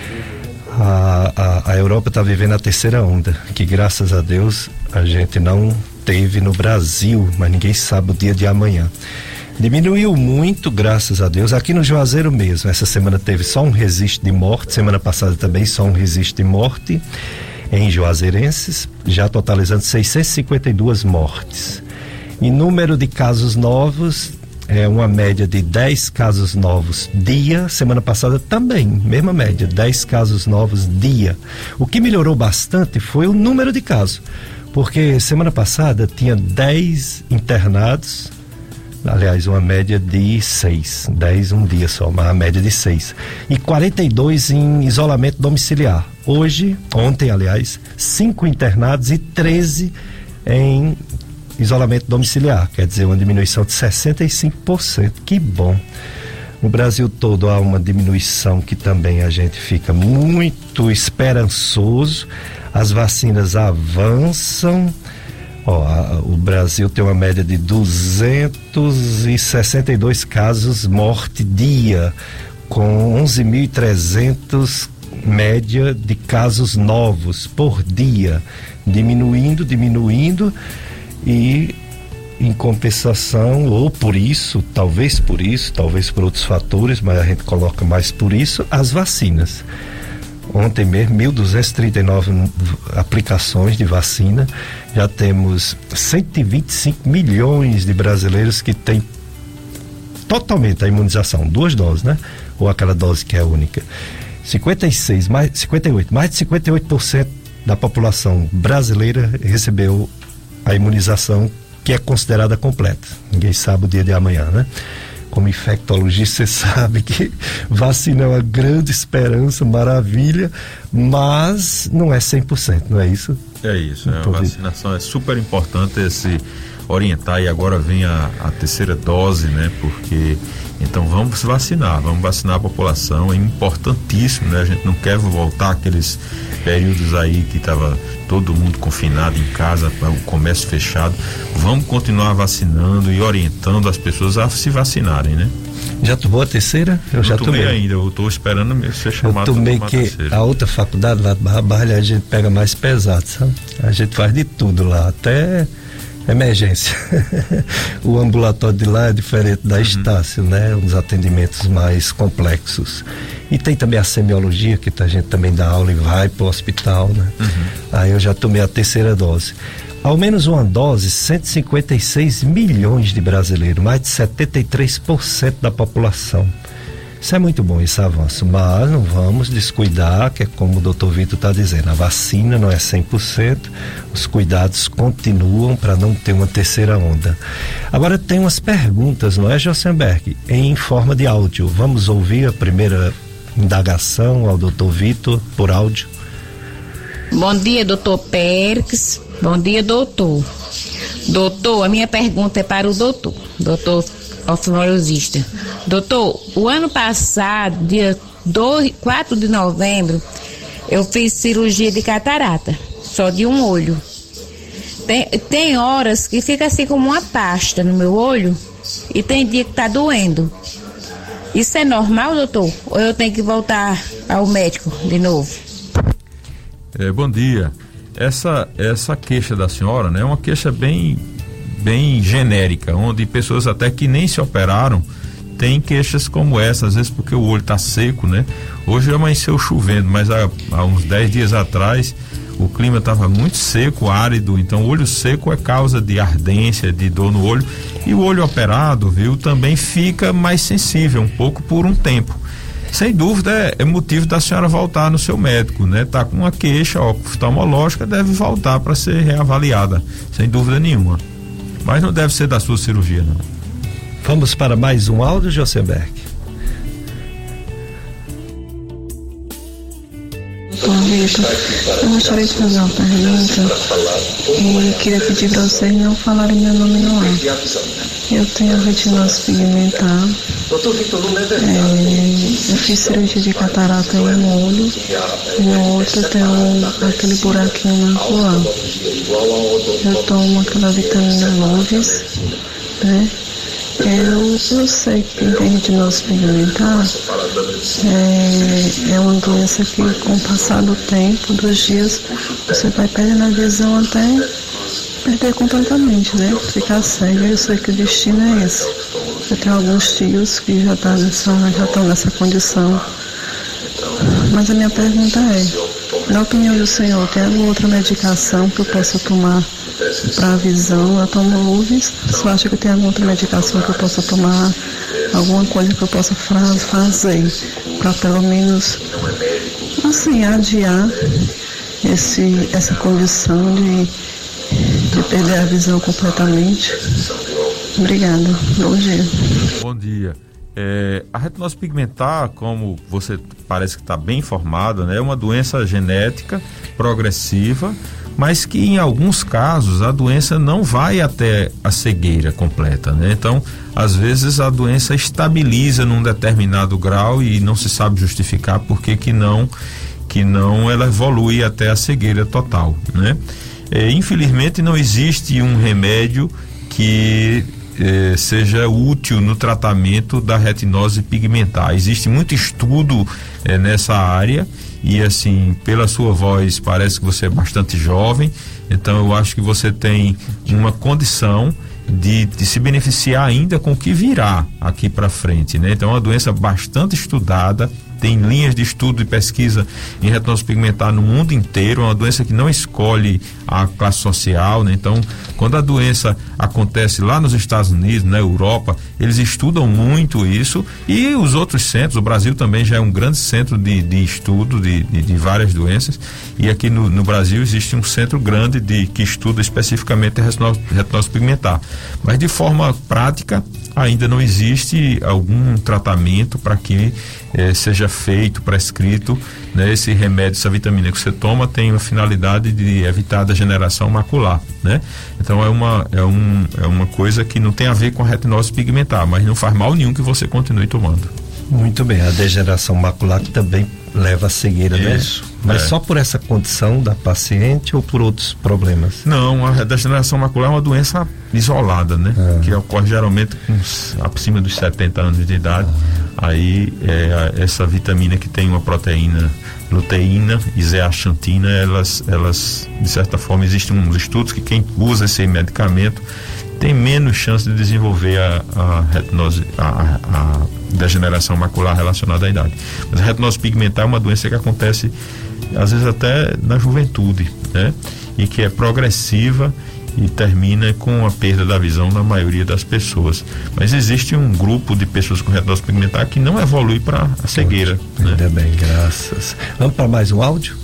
A, a, a Europa está vivendo a terceira onda, que graças a Deus a gente não teve no Brasil, mas ninguém sabe o dia de amanhã. Diminuiu muito, graças a Deus. Aqui no Juazeiro mesmo, essa semana teve só um registro de morte, semana passada também só um registro de morte em juazeirenses, já totalizando seiscentas e cinquenta e duas mortes. Em número de casos novos, é uma média de dez casos novos dia. Semana passada também, mesma média, dez casos novos dia. O que melhorou bastante foi o número de casos, porque semana passada tinha dez internados, aliás, uma média de seis, dez um dia só, mas uma média de seis, e quarenta e dois em isolamento domiciliar. Hoje, ontem aliás, cinco internados e treze em isolamento domiciliar, quer dizer, uma diminuição de sessenta e cinco por cento. Que bom. No Brasil todo há uma diminuição que também a gente fica muito esperançoso. As vacinas avançam. Ó, a, o Brasil tem uma média de duzentos e sessenta e dois casos morte dia, com onze mil e trezentos média de casos novos por dia, diminuindo, diminuindo. E em compensação, ou por isso, talvez por isso, talvez por outros fatores, mas a gente coloca mais por isso, as vacinas. Ontem mesmo, mil duzentas e trinta e nove aplicações de vacina, já temos cento e vinte e cinco milhões de brasileiros que têm totalmente a imunização, duas doses, né? Ou aquela dose que é única. cinquenta e seis, mais, cinquenta e oito, mais de cinquenta e oito por cento da população brasileira recebeu a imunização que é considerada completa. Ninguém sabe o dia de amanhã, né? Como infectologista, você sabe que vacina é uma grande esperança, maravilha, mas não é cem por cento, não é isso? É isso, né? A vacinação é super importante, esse orientar, e agora vem a, a terceira dose, né? Porque então vamos se vacinar, vamos vacinar a população, é importantíssimo, né? A gente não quer voltar àqueles períodos aí que estava todo mundo confinado em casa, o comércio fechado. Vamos continuar vacinando e orientando as pessoas a se vacinarem, né? Já tomou a terceira? Eu não já tomei. tomei ainda, eu estou esperando ser chamado. Eu tomei pra que a, a outra faculdade lá de Barra Barra, a gente pega mais pesado, sabe? A gente faz de tudo lá, até emergência. O ambulatório de lá é diferente da uhum. Estácio, né? Uns atendimentos mais complexos. E tem também a semiologia, que a gente também dá aula e vai para o hospital, né? Uhum. Aí eu já tomei a terceira dose. Ao menos uma dose, cento e cinquenta e seis milhões de brasileiros, mais de setenta e três por cento da população. Isso é muito bom, esse avanço, mas não vamos descuidar, que é como o doutor Vitor está dizendo, a vacina não é cem por cento, os cuidados continuam para não ter uma terceira onda. Agora tem umas perguntas, não é, Josenberg? Em forma de áudio. Vamos ouvir a primeira indagação ao doutor Vitor por áudio. Bom dia, doutor Périx. Bom dia, doutor. Doutor, a minha pergunta é para o doutor, doutor oftalmologista. Doutor, o ano passado, dia dois, quatro de novembro, eu fiz cirurgia de catarata, só de um olho. Tem, tem horas que fica assim como uma pasta no meu olho e tem dia que tá doendo. Isso é normal, doutor? Ou eu tenho que voltar ao médico de novo? É, bom dia. Essa, essa queixa da senhora, né, é uma queixa bem, bem genérica, onde pessoas até que nem se operaram têm queixas como essa, às vezes porque o olho está seco, né? Hoje amanheceu chovendo, mas há, há uns dez dias atrás o clima estava muito seco, árido, então o olho seco é causa de ardência, de dor no olho, e o olho operado, viu, também fica mais sensível um pouco por um tempo. Sem dúvida é, é motivo da senhora voltar no seu médico, né? Tá com uma queixa oftalmológica, deve voltar para ser reavaliada, sem dúvida nenhuma. Mas não deve ser da sua cirurgia, não. Vamos para mais um áudio, Josenberg. Doutor Vitor, eu gostaria de fazer uma pergunta e queria pedir para vocês não falarem meu nome no ar. Eu tenho retinose pigmentar, é, eu fiz cirurgia de catarata em um olho e no outro eu tenho aquele buraquinho macular. Eu tomo aquela vitamina Lovis, né? Eu, eu sei que quem tem retinose pigmentar é, é uma doença que com o passar do tempo, dos dias, você vai perdendo a visão até perder completamente, né? Ficar cego. Eu sei que o destino é esse. Eu tenho alguns tios que já tá nessa, já estão nessa condição. Mas a minha pergunta é, na opinião do senhor, tem alguma outra medicação que eu possa tomar para a visão? Eu tomo Lovis. Você acha que tem alguma outra medicação que eu possa tomar? Alguma coisa que eu possa fazer para pelo menos, assim, adiar esse, essa condição de, de perder a visão completamente? Obrigada. Bom dia. Bom dia. É, a retinose pigmentar, como você parece que está bem informada, né, é uma doença genética progressiva, mas que em alguns casos a doença não vai até a cegueira completa, né? Então, às vezes a doença estabiliza num determinado grau e não se sabe justificar por que que não, que não ela evolui até a cegueira total, né? É, infelizmente não existe um remédio que Eh, seja útil no tratamento da retinose pigmentar. Existe muito estudo eh, nessa área e, assim, pela sua voz parece que você é bastante jovem, então eu acho que você tem uma condição de, de se beneficiar ainda com o que virá aqui para frente, né? Então é uma doença bastante estudada, tem linhas de estudo e pesquisa em retinose pigmentar no mundo inteiro, é uma doença que não escolhe a classe social, né? Então, quando a doença acontece lá nos Estados Unidos, na Europa, eles estudam muito isso, e os outros centros, o Brasil também já é um grande centro de, de estudo de, de, de várias doenças, e aqui no, no Brasil existe um centro grande de, que estuda especificamente a retinose, retinose pigmentar. Mas de forma prática, ainda não existe algum tratamento para que eh, seja feito, prescrito, né? Esse remédio, essa vitamina que você toma tem a finalidade de evitar a degeneração macular, né? Então é uma, é, um, é uma coisa que não tem a ver com a retinose pigmentar, mas não faz mal nenhum que você continue tomando. Muito bem, a degeneração macular também leva à cegueira, Isso, né? Mas é. só por essa condição da paciente ou por outros problemas? Não, a degeneração macular é uma doença isolada, né? Ah. Que ocorre geralmente com uns, acima dos setenta anos de idade. Ah. Aí é, essa vitamina que tem uma proteína luteína e zeaxantina, elas, elas de certa forma existem uns estudos que quem usa esse medicamento tem menos chance de desenvolver a, a retinose, a, a degeneração macular relacionada à idade. Mas a retinose pigmentar é uma doença que acontece às vezes até na juventude, né? E que é progressiva e termina com a perda da visão na maioria das pessoas. Mas existe um grupo de pessoas com retinose pigmentar que não evolui para a cegueira. Ainda né? bem, graças. Vamos para mais um áudio?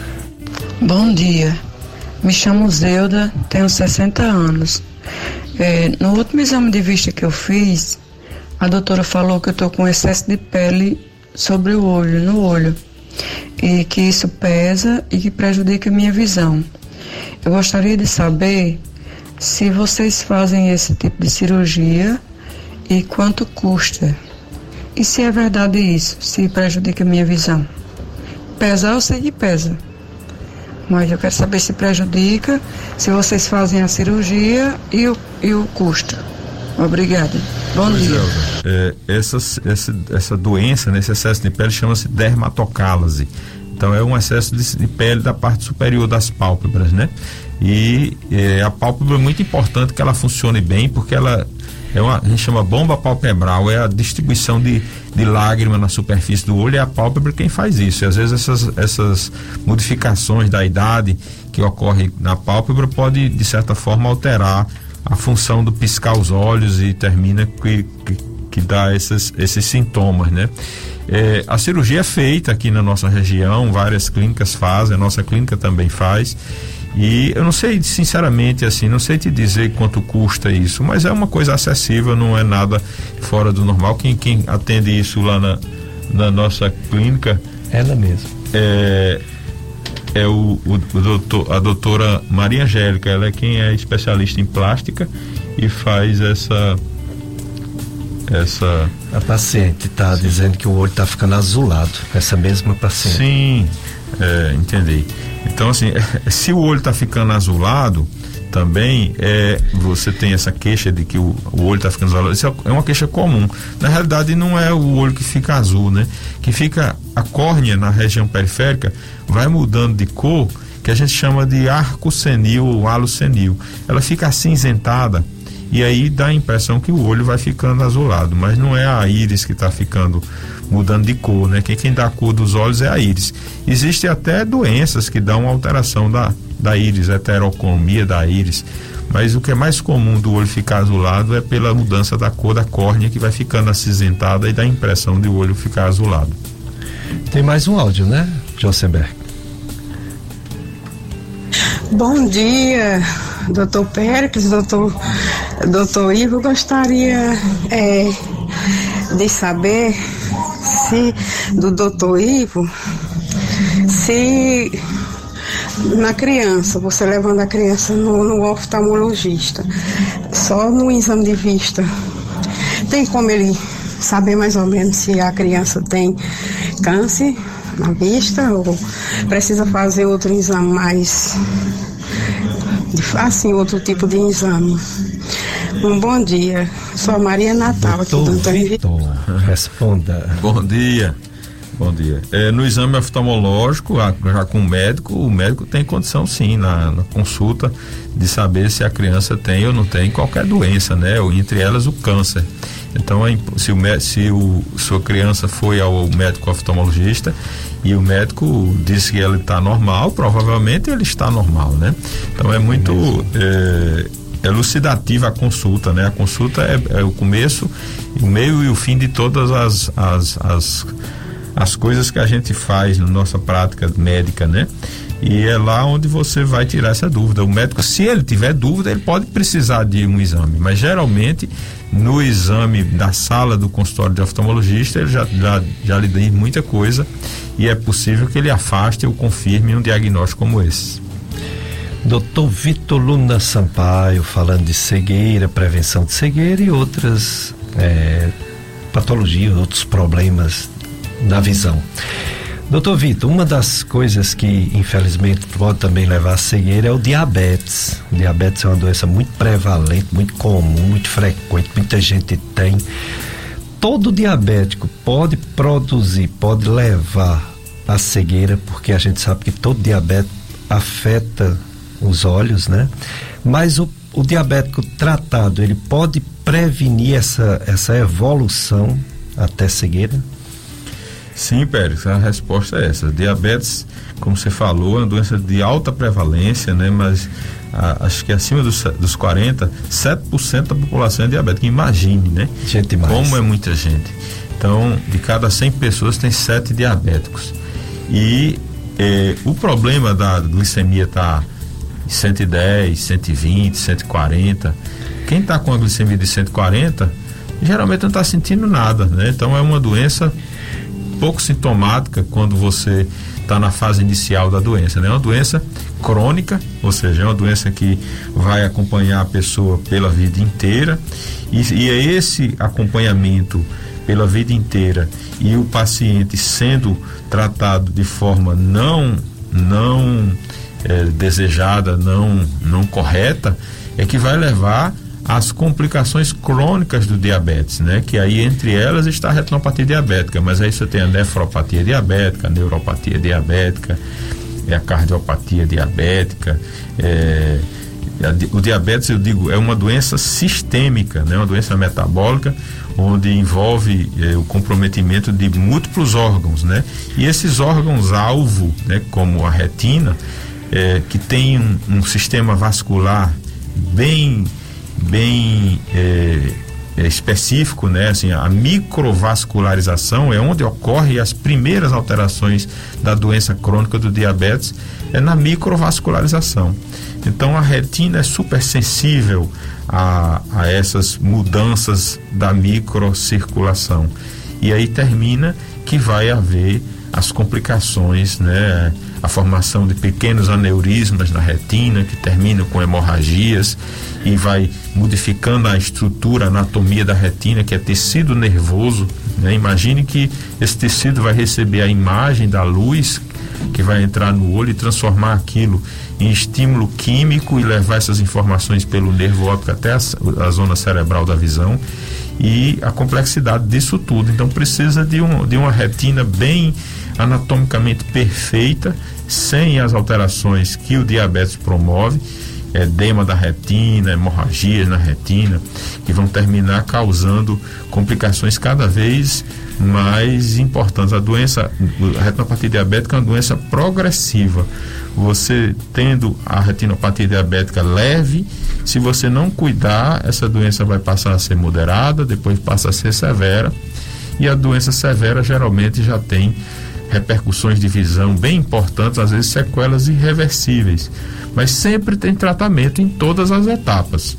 Bom dia, me chamo Zeuda, tenho sessenta anos. É, no último exame de vista que eu fiz, a doutora falou que eu estou com excesso de pele sobre o olho, no olho, e que isso pesa e que prejudica a minha visão. Eu gostaria de saber se vocês fazem esse tipo de cirurgia e quanto custa. E se é verdade isso, se prejudica a minha visão. Pesar eu sei que pesa, mas eu quero saber se prejudica, se vocês fazem a cirurgia e o, e o custo. Obrigada. Bom Pois dia. É, essa, essa, essa doença, né, esse excesso de pele, chama-se dermatocálase. Então é um excesso de, de pele da parte superior das pálpebras, né? E é, a pálpebra é muito importante que ela funcione bem, porque ela é uma, a gente chama bomba palpebral, é a distribuição de, de lágrima na superfície do olho, é a pálpebra quem faz isso. E às vezes essas, essas modificações da idade que ocorrem na pálpebra pode, de certa forma, alterar a função do piscar os olhos e termina que, que, que dá esses, esses sintomas, né? É, a cirurgia é feita aqui na nossa região, várias clínicas fazem, a nossa clínica também faz, e eu não sei, sinceramente, assim, não sei te dizer quanto custa isso, mas é uma coisa acessível, não é nada fora do normal. Quem, quem atende isso lá na, na nossa clínica, ela mesma, é, é o, o, o doutor, a doutora Maria Angélica. Ela é quem é especialista em plástica e faz essa essa a paciente está dizendo que o olho está ficando azulado, essa mesma paciente. Sim, é, entendi. Então, assim, se o olho está ficando azulado, também é, você tem essa queixa de que o, o olho está ficando azulado. Isso é uma queixa comum. Na realidade, não é o olho que fica azul, né? Que fica a córnea na região periférica vai mudando de cor, que a gente chama de arco senil ou halo senil. Ela fica acinzentada. E aí dá a impressão que o olho vai ficando azulado, mas não é a íris que está ficando mudando de cor, né? Quem, quem dá a cor dos olhos é a íris. Existem até doenças que dão alteração da, da íris, heterocromia da íris, mas o que é mais comum do olho ficar azulado é pela mudança da cor da córnea, que vai ficando acinzentada e dá a impressão de o olho ficar azulado. Tem mais um áudio, né, Josenberg? Bom dia, doutor Pérez, doutor, doutor Ivo. Gostaria é, de saber se do doutor Ivo, se na criança, você levando a criança no, no oftalmologista, só no exame de vista, tem como ele saber mais ou menos se a criança tem câncer na vista ou precisa fazer outro exame mais, assim, outro tipo de exame. Um bom dia, sou a Maria Natal aqui do Antônio Vitor, responda. Bom dia. Bom dia. É, no exame oftalmológico, já com o médico, o médico tem condição sim, na, na consulta, de saber se a criança tem ou não tem qualquer doença, né? Ou, entre elas o câncer. Então, se, o, se o, sua criança foi ao médico oftalmologista e o médico disse que ela está normal, provavelmente ele está normal, né? Então é muito é, elucidativa a consulta, né? A consulta é, é o começo, o meio e o fim de todas as, as, as as coisas que a gente faz na nossa prática médica, né? E é lá onde você vai tirar essa dúvida. O médico, se ele tiver dúvida, ele pode precisar de um exame, mas geralmente no exame da sala do consultório de oftalmologista ele já, já, já lhe diz muita coisa e é possível que ele afaste ou confirme um diagnóstico como esse. doutor Vitor Luna Sampaio falando de cegueira, prevenção de cegueira e outras é, patologias, outros problemas na visão. Doutor Vitor, uma das coisas que infelizmente pode também levar à cegueira é o diabetes. O diabetes é uma doença muito prevalente, muito comum, muito frequente, muita gente tem. Todo diabético pode produzir, pode levar à cegueira, porque a gente sabe que todo diabetes afeta os olhos, né? Mas o, o diabético tratado, ele pode prevenir essa, essa evolução até cegueira? Sim, Pérez, a resposta é essa. Diabetes, como você falou, é uma doença de alta prevalência, né? Mas a, acho que acima dos, dos quarenta, sete por cento da população é diabética. Imagine, né? Gente mais. Como é muita gente. Então, de cada cem pessoas tem sete diabéticos. E eh, o problema da glicemia tá em cento e dez, cento e vinte, cento e quarenta. Quem está com a glicemia de cento e quarenta, geralmente não está sentindo nada, né? Então é uma doença pouco sintomática quando você está na fase inicial da doença, né? É uma doença crônica, ou seja, é uma doença que vai acompanhar a pessoa pela vida inteira, e, e é esse acompanhamento pela vida inteira e o paciente sendo tratado de forma não não é, desejada, não não correta, é que vai levar as complicações crônicas do diabetes, né? Que aí entre elas está a retinopatia diabética, mas aí você tem a nefropatia diabética, a neuropatia diabética, é a cardiopatia diabética, é, a, o diabetes, eu digo, é uma doença sistêmica, né? Uma doença metabólica onde envolve é, o comprometimento de múltiplos órgãos, né? E esses órgãos-alvo, né? Como a retina, é, que tem um, um sistema vascular bem bem é, é específico, né? Assim, a microvascularização é onde ocorrem as primeiras alterações da doença crônica do diabetes, é na microvascularização. Então a retina é super sensível a, a essas mudanças da microcirculação, e aí termina que vai haver as complicações, né? A formação de pequenos aneurismas na retina que terminam com hemorragias e vai modificando a estrutura, a anatomia da retina, que é tecido nervoso, né? Imagine que esse tecido vai receber a imagem da luz que vai entrar no olho e transformar aquilo em estímulo químico e levar essas informações pelo nervo óptico até a, a zona cerebral da visão, e a complexidade disso tudo. Então precisa de, um, de uma retina bem anatomicamente perfeita, sem as alterações que o diabetes promove, edema da retina, hemorragias na retina, que vão terminar causando complicações cada vez mais importantes. A doença, a retinopatia diabética é uma doença progressiva. Você tendo a retinopatia diabética leve, se você não cuidar, essa doença vai passar a ser moderada, depois passa a ser severa, e a doença severa geralmente já tem repercussões de visão bem importantes, às vezes sequelas irreversíveis, mas sempre tem tratamento em todas as etapas.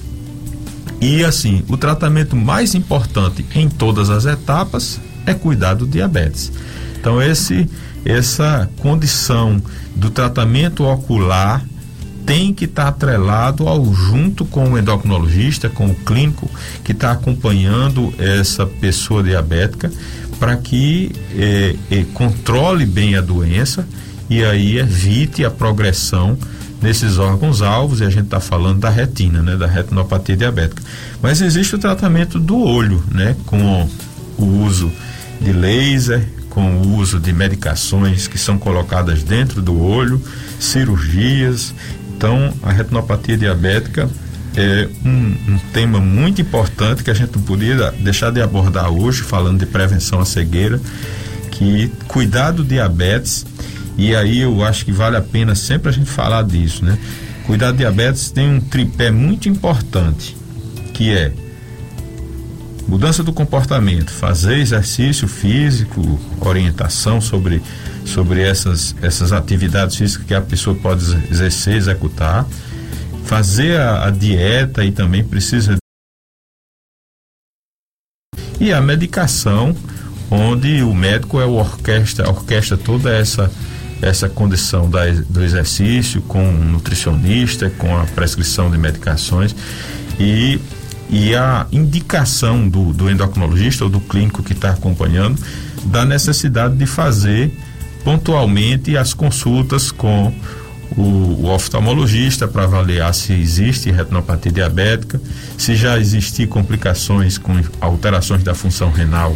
E assim, o tratamento mais importante em todas as etapas é cuidar do diabetes. Então esse, essa condição do tratamento ocular tem que estar atrelado ao junto com o endocrinologista, com o clínico que está acompanhando essa pessoa diabética, para que eh, eh, controle bem a doença e aí evite a progressão nesses órgãos alvos. E a gente está falando da retina, né, da retinopatia diabética. Mas existe o tratamento do olho, né, com o uso de laser, com o uso de medicações que são colocadas dentro do olho, cirurgias. Então a retinopatia diabética é um, um tema muito importante que a gente não podia deixar de abordar hoje, falando de prevenção à cegueira, que cuidar do diabetes, e aí eu acho que vale a pena sempre a gente falar disso, né? Cuidar do diabetes tem um tripé muito importante, que é mudança do comportamento, fazer exercício físico, orientação sobre, sobre essas, essas atividades físicas que a pessoa pode exercer, executar, fazer a, a dieta, e também precisa, e a medicação, onde o médico é o orquestra, orquestra toda essa essa condição da, do exercício com um nutricionista, com a prescrição de medicações, e e a indicação do, do endocrinologista ou do clínico que está acompanhando da necessidade de fazer pontualmente as consultas com o, o oftalmologista para avaliar se existe retinopatia diabética, se já existir complicações com alterações da função renal,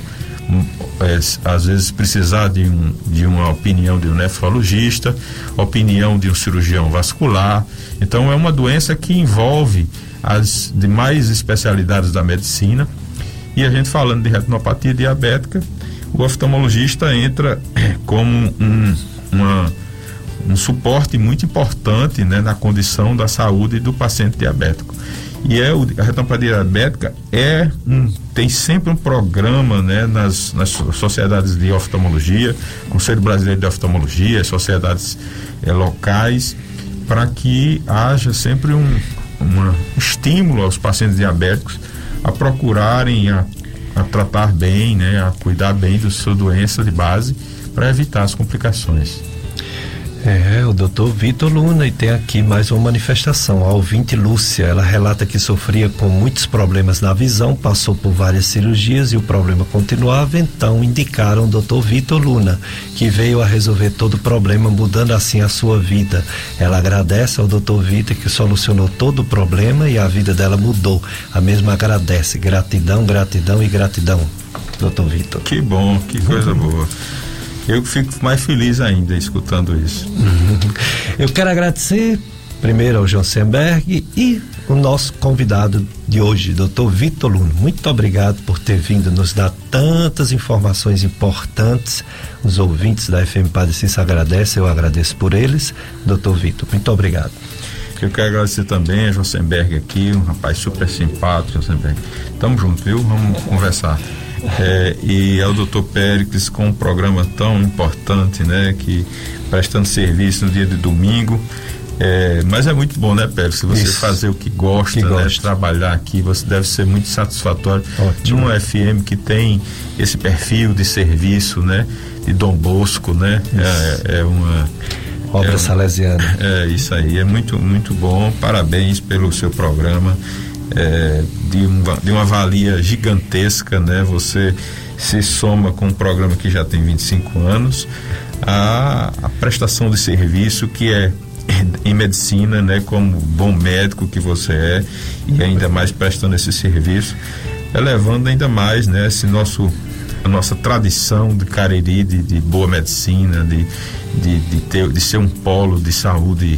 é, às vezes precisar de, um, de uma opinião de um nefrologista, opinião de um cirurgião vascular. Então é uma doença que envolve as demais especialidades da medicina, e a gente falando de retinopatia diabética, o oftalmologista entra como um, uma, um suporte muito importante, né, na condição da saúde do paciente diabético. E é, o, a retinopatia diabética é um, tem sempre um programa, né, nas, nas sociedades de oftalmologia, Conselho Brasileiro de Oftalmologia, sociedades é, locais, para que haja sempre um, um estímulo aos pacientes diabéticos a procurarem a, a tratar bem, né, a cuidar bem da sua doença de base para evitar as complicações. É, o doutor Vitor Luna, e tem aqui mais uma manifestação. A ouvinte Lúcia, ela relata que sofria com muitos problemas na visão, passou por várias cirurgias e o problema continuava, então indicaram o doutor Vitor Luna, que veio a resolver todo o problema, mudando assim a sua vida. Ela agradece ao doutor Vitor que solucionou todo o problema e a vida dela mudou. A mesma agradece. Gratidão, gratidão e gratidão, doutor Vitor. Que bom, que coisa uhum. boa. Eu fico mais feliz ainda escutando isso. Eu quero agradecer primeiro ao João Semberg e o nosso convidado de hoje, doutor Vitor Luna. Muito obrigado por ter vindo nos dar tantas informações importantes. Os ouvintes da F M Padre Cícero agradecem, eu agradeço por eles. doutor Vitor, muito obrigado. Eu quero agradecer também a Josenberg aqui, um rapaz super simpático, Josenberg. Tamo junto, viu? Vamos conversar. É, e ao doutor Péricles com um programa tão importante, né, que prestando serviço no dia de domingo, é, mas é muito bom, né, Péricles, se você Isso. fazer o que gosta, que né, gosta. Trabalhar aqui, você deve ser muito satisfatório. Ótimo. Numa F M que tem esse perfil de serviço, né, de Dom Bosco, né, é, é uma obra é, salesiana. É isso aí, é muito, muito bom. Parabéns pelo seu programa. É, de, uma, de uma valia gigantesca, né? Você se soma com um programa que já tem vinte e cinco anos, a, a prestação de serviço que é em medicina, né? Como bom médico que você é, e ainda mais prestando esse serviço, elevando ainda mais, né? Esse nosso, a nossa tradição de Cariri, de, de boa medicina, de, de, de, ter, de ser um polo de saúde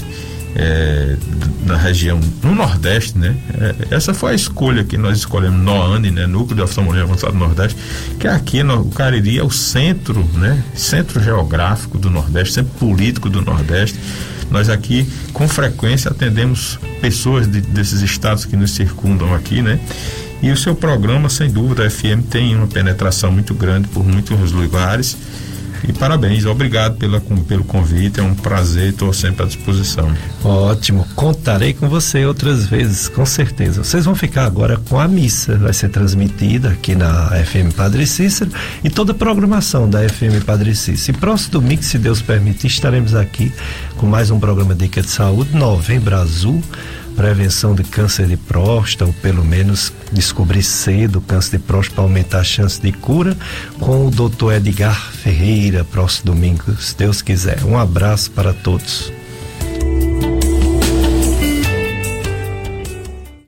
É, na região, no Nordeste, né? É, essa foi a escolha que nós escolhemos, NOANI, né? Núcleo de Oftalmologia Avançada do Nordeste, que aqui no, o Cariri é o centro, né? Centro geográfico do Nordeste, centro político do Nordeste. Nós aqui, com frequência, atendemos pessoas de, desses estados que nos circundam aqui, né? E o seu programa, sem dúvida, a F M tem uma penetração muito grande por muitos lugares. E parabéns, obrigado pela, com, pelo convite, é um prazer, estou sempre à disposição. Ótimo, contarei com você outras vezes, com certeza. Vocês vão ficar agora com a missa, vai ser transmitida aqui na F M Padre Cícero e toda a programação da F M Padre Cícero. E próximo domingo, se Deus permitir, estaremos aqui com mais um programa Dica de Saúde, Novembro Azul, prevenção de câncer de próstata, ou pelo menos descobrir cedo o câncer de próstata para aumentar a chance de cura, com o doutor Edgar Ferreira, próximo domingo, se Deus quiser. Um abraço para todos.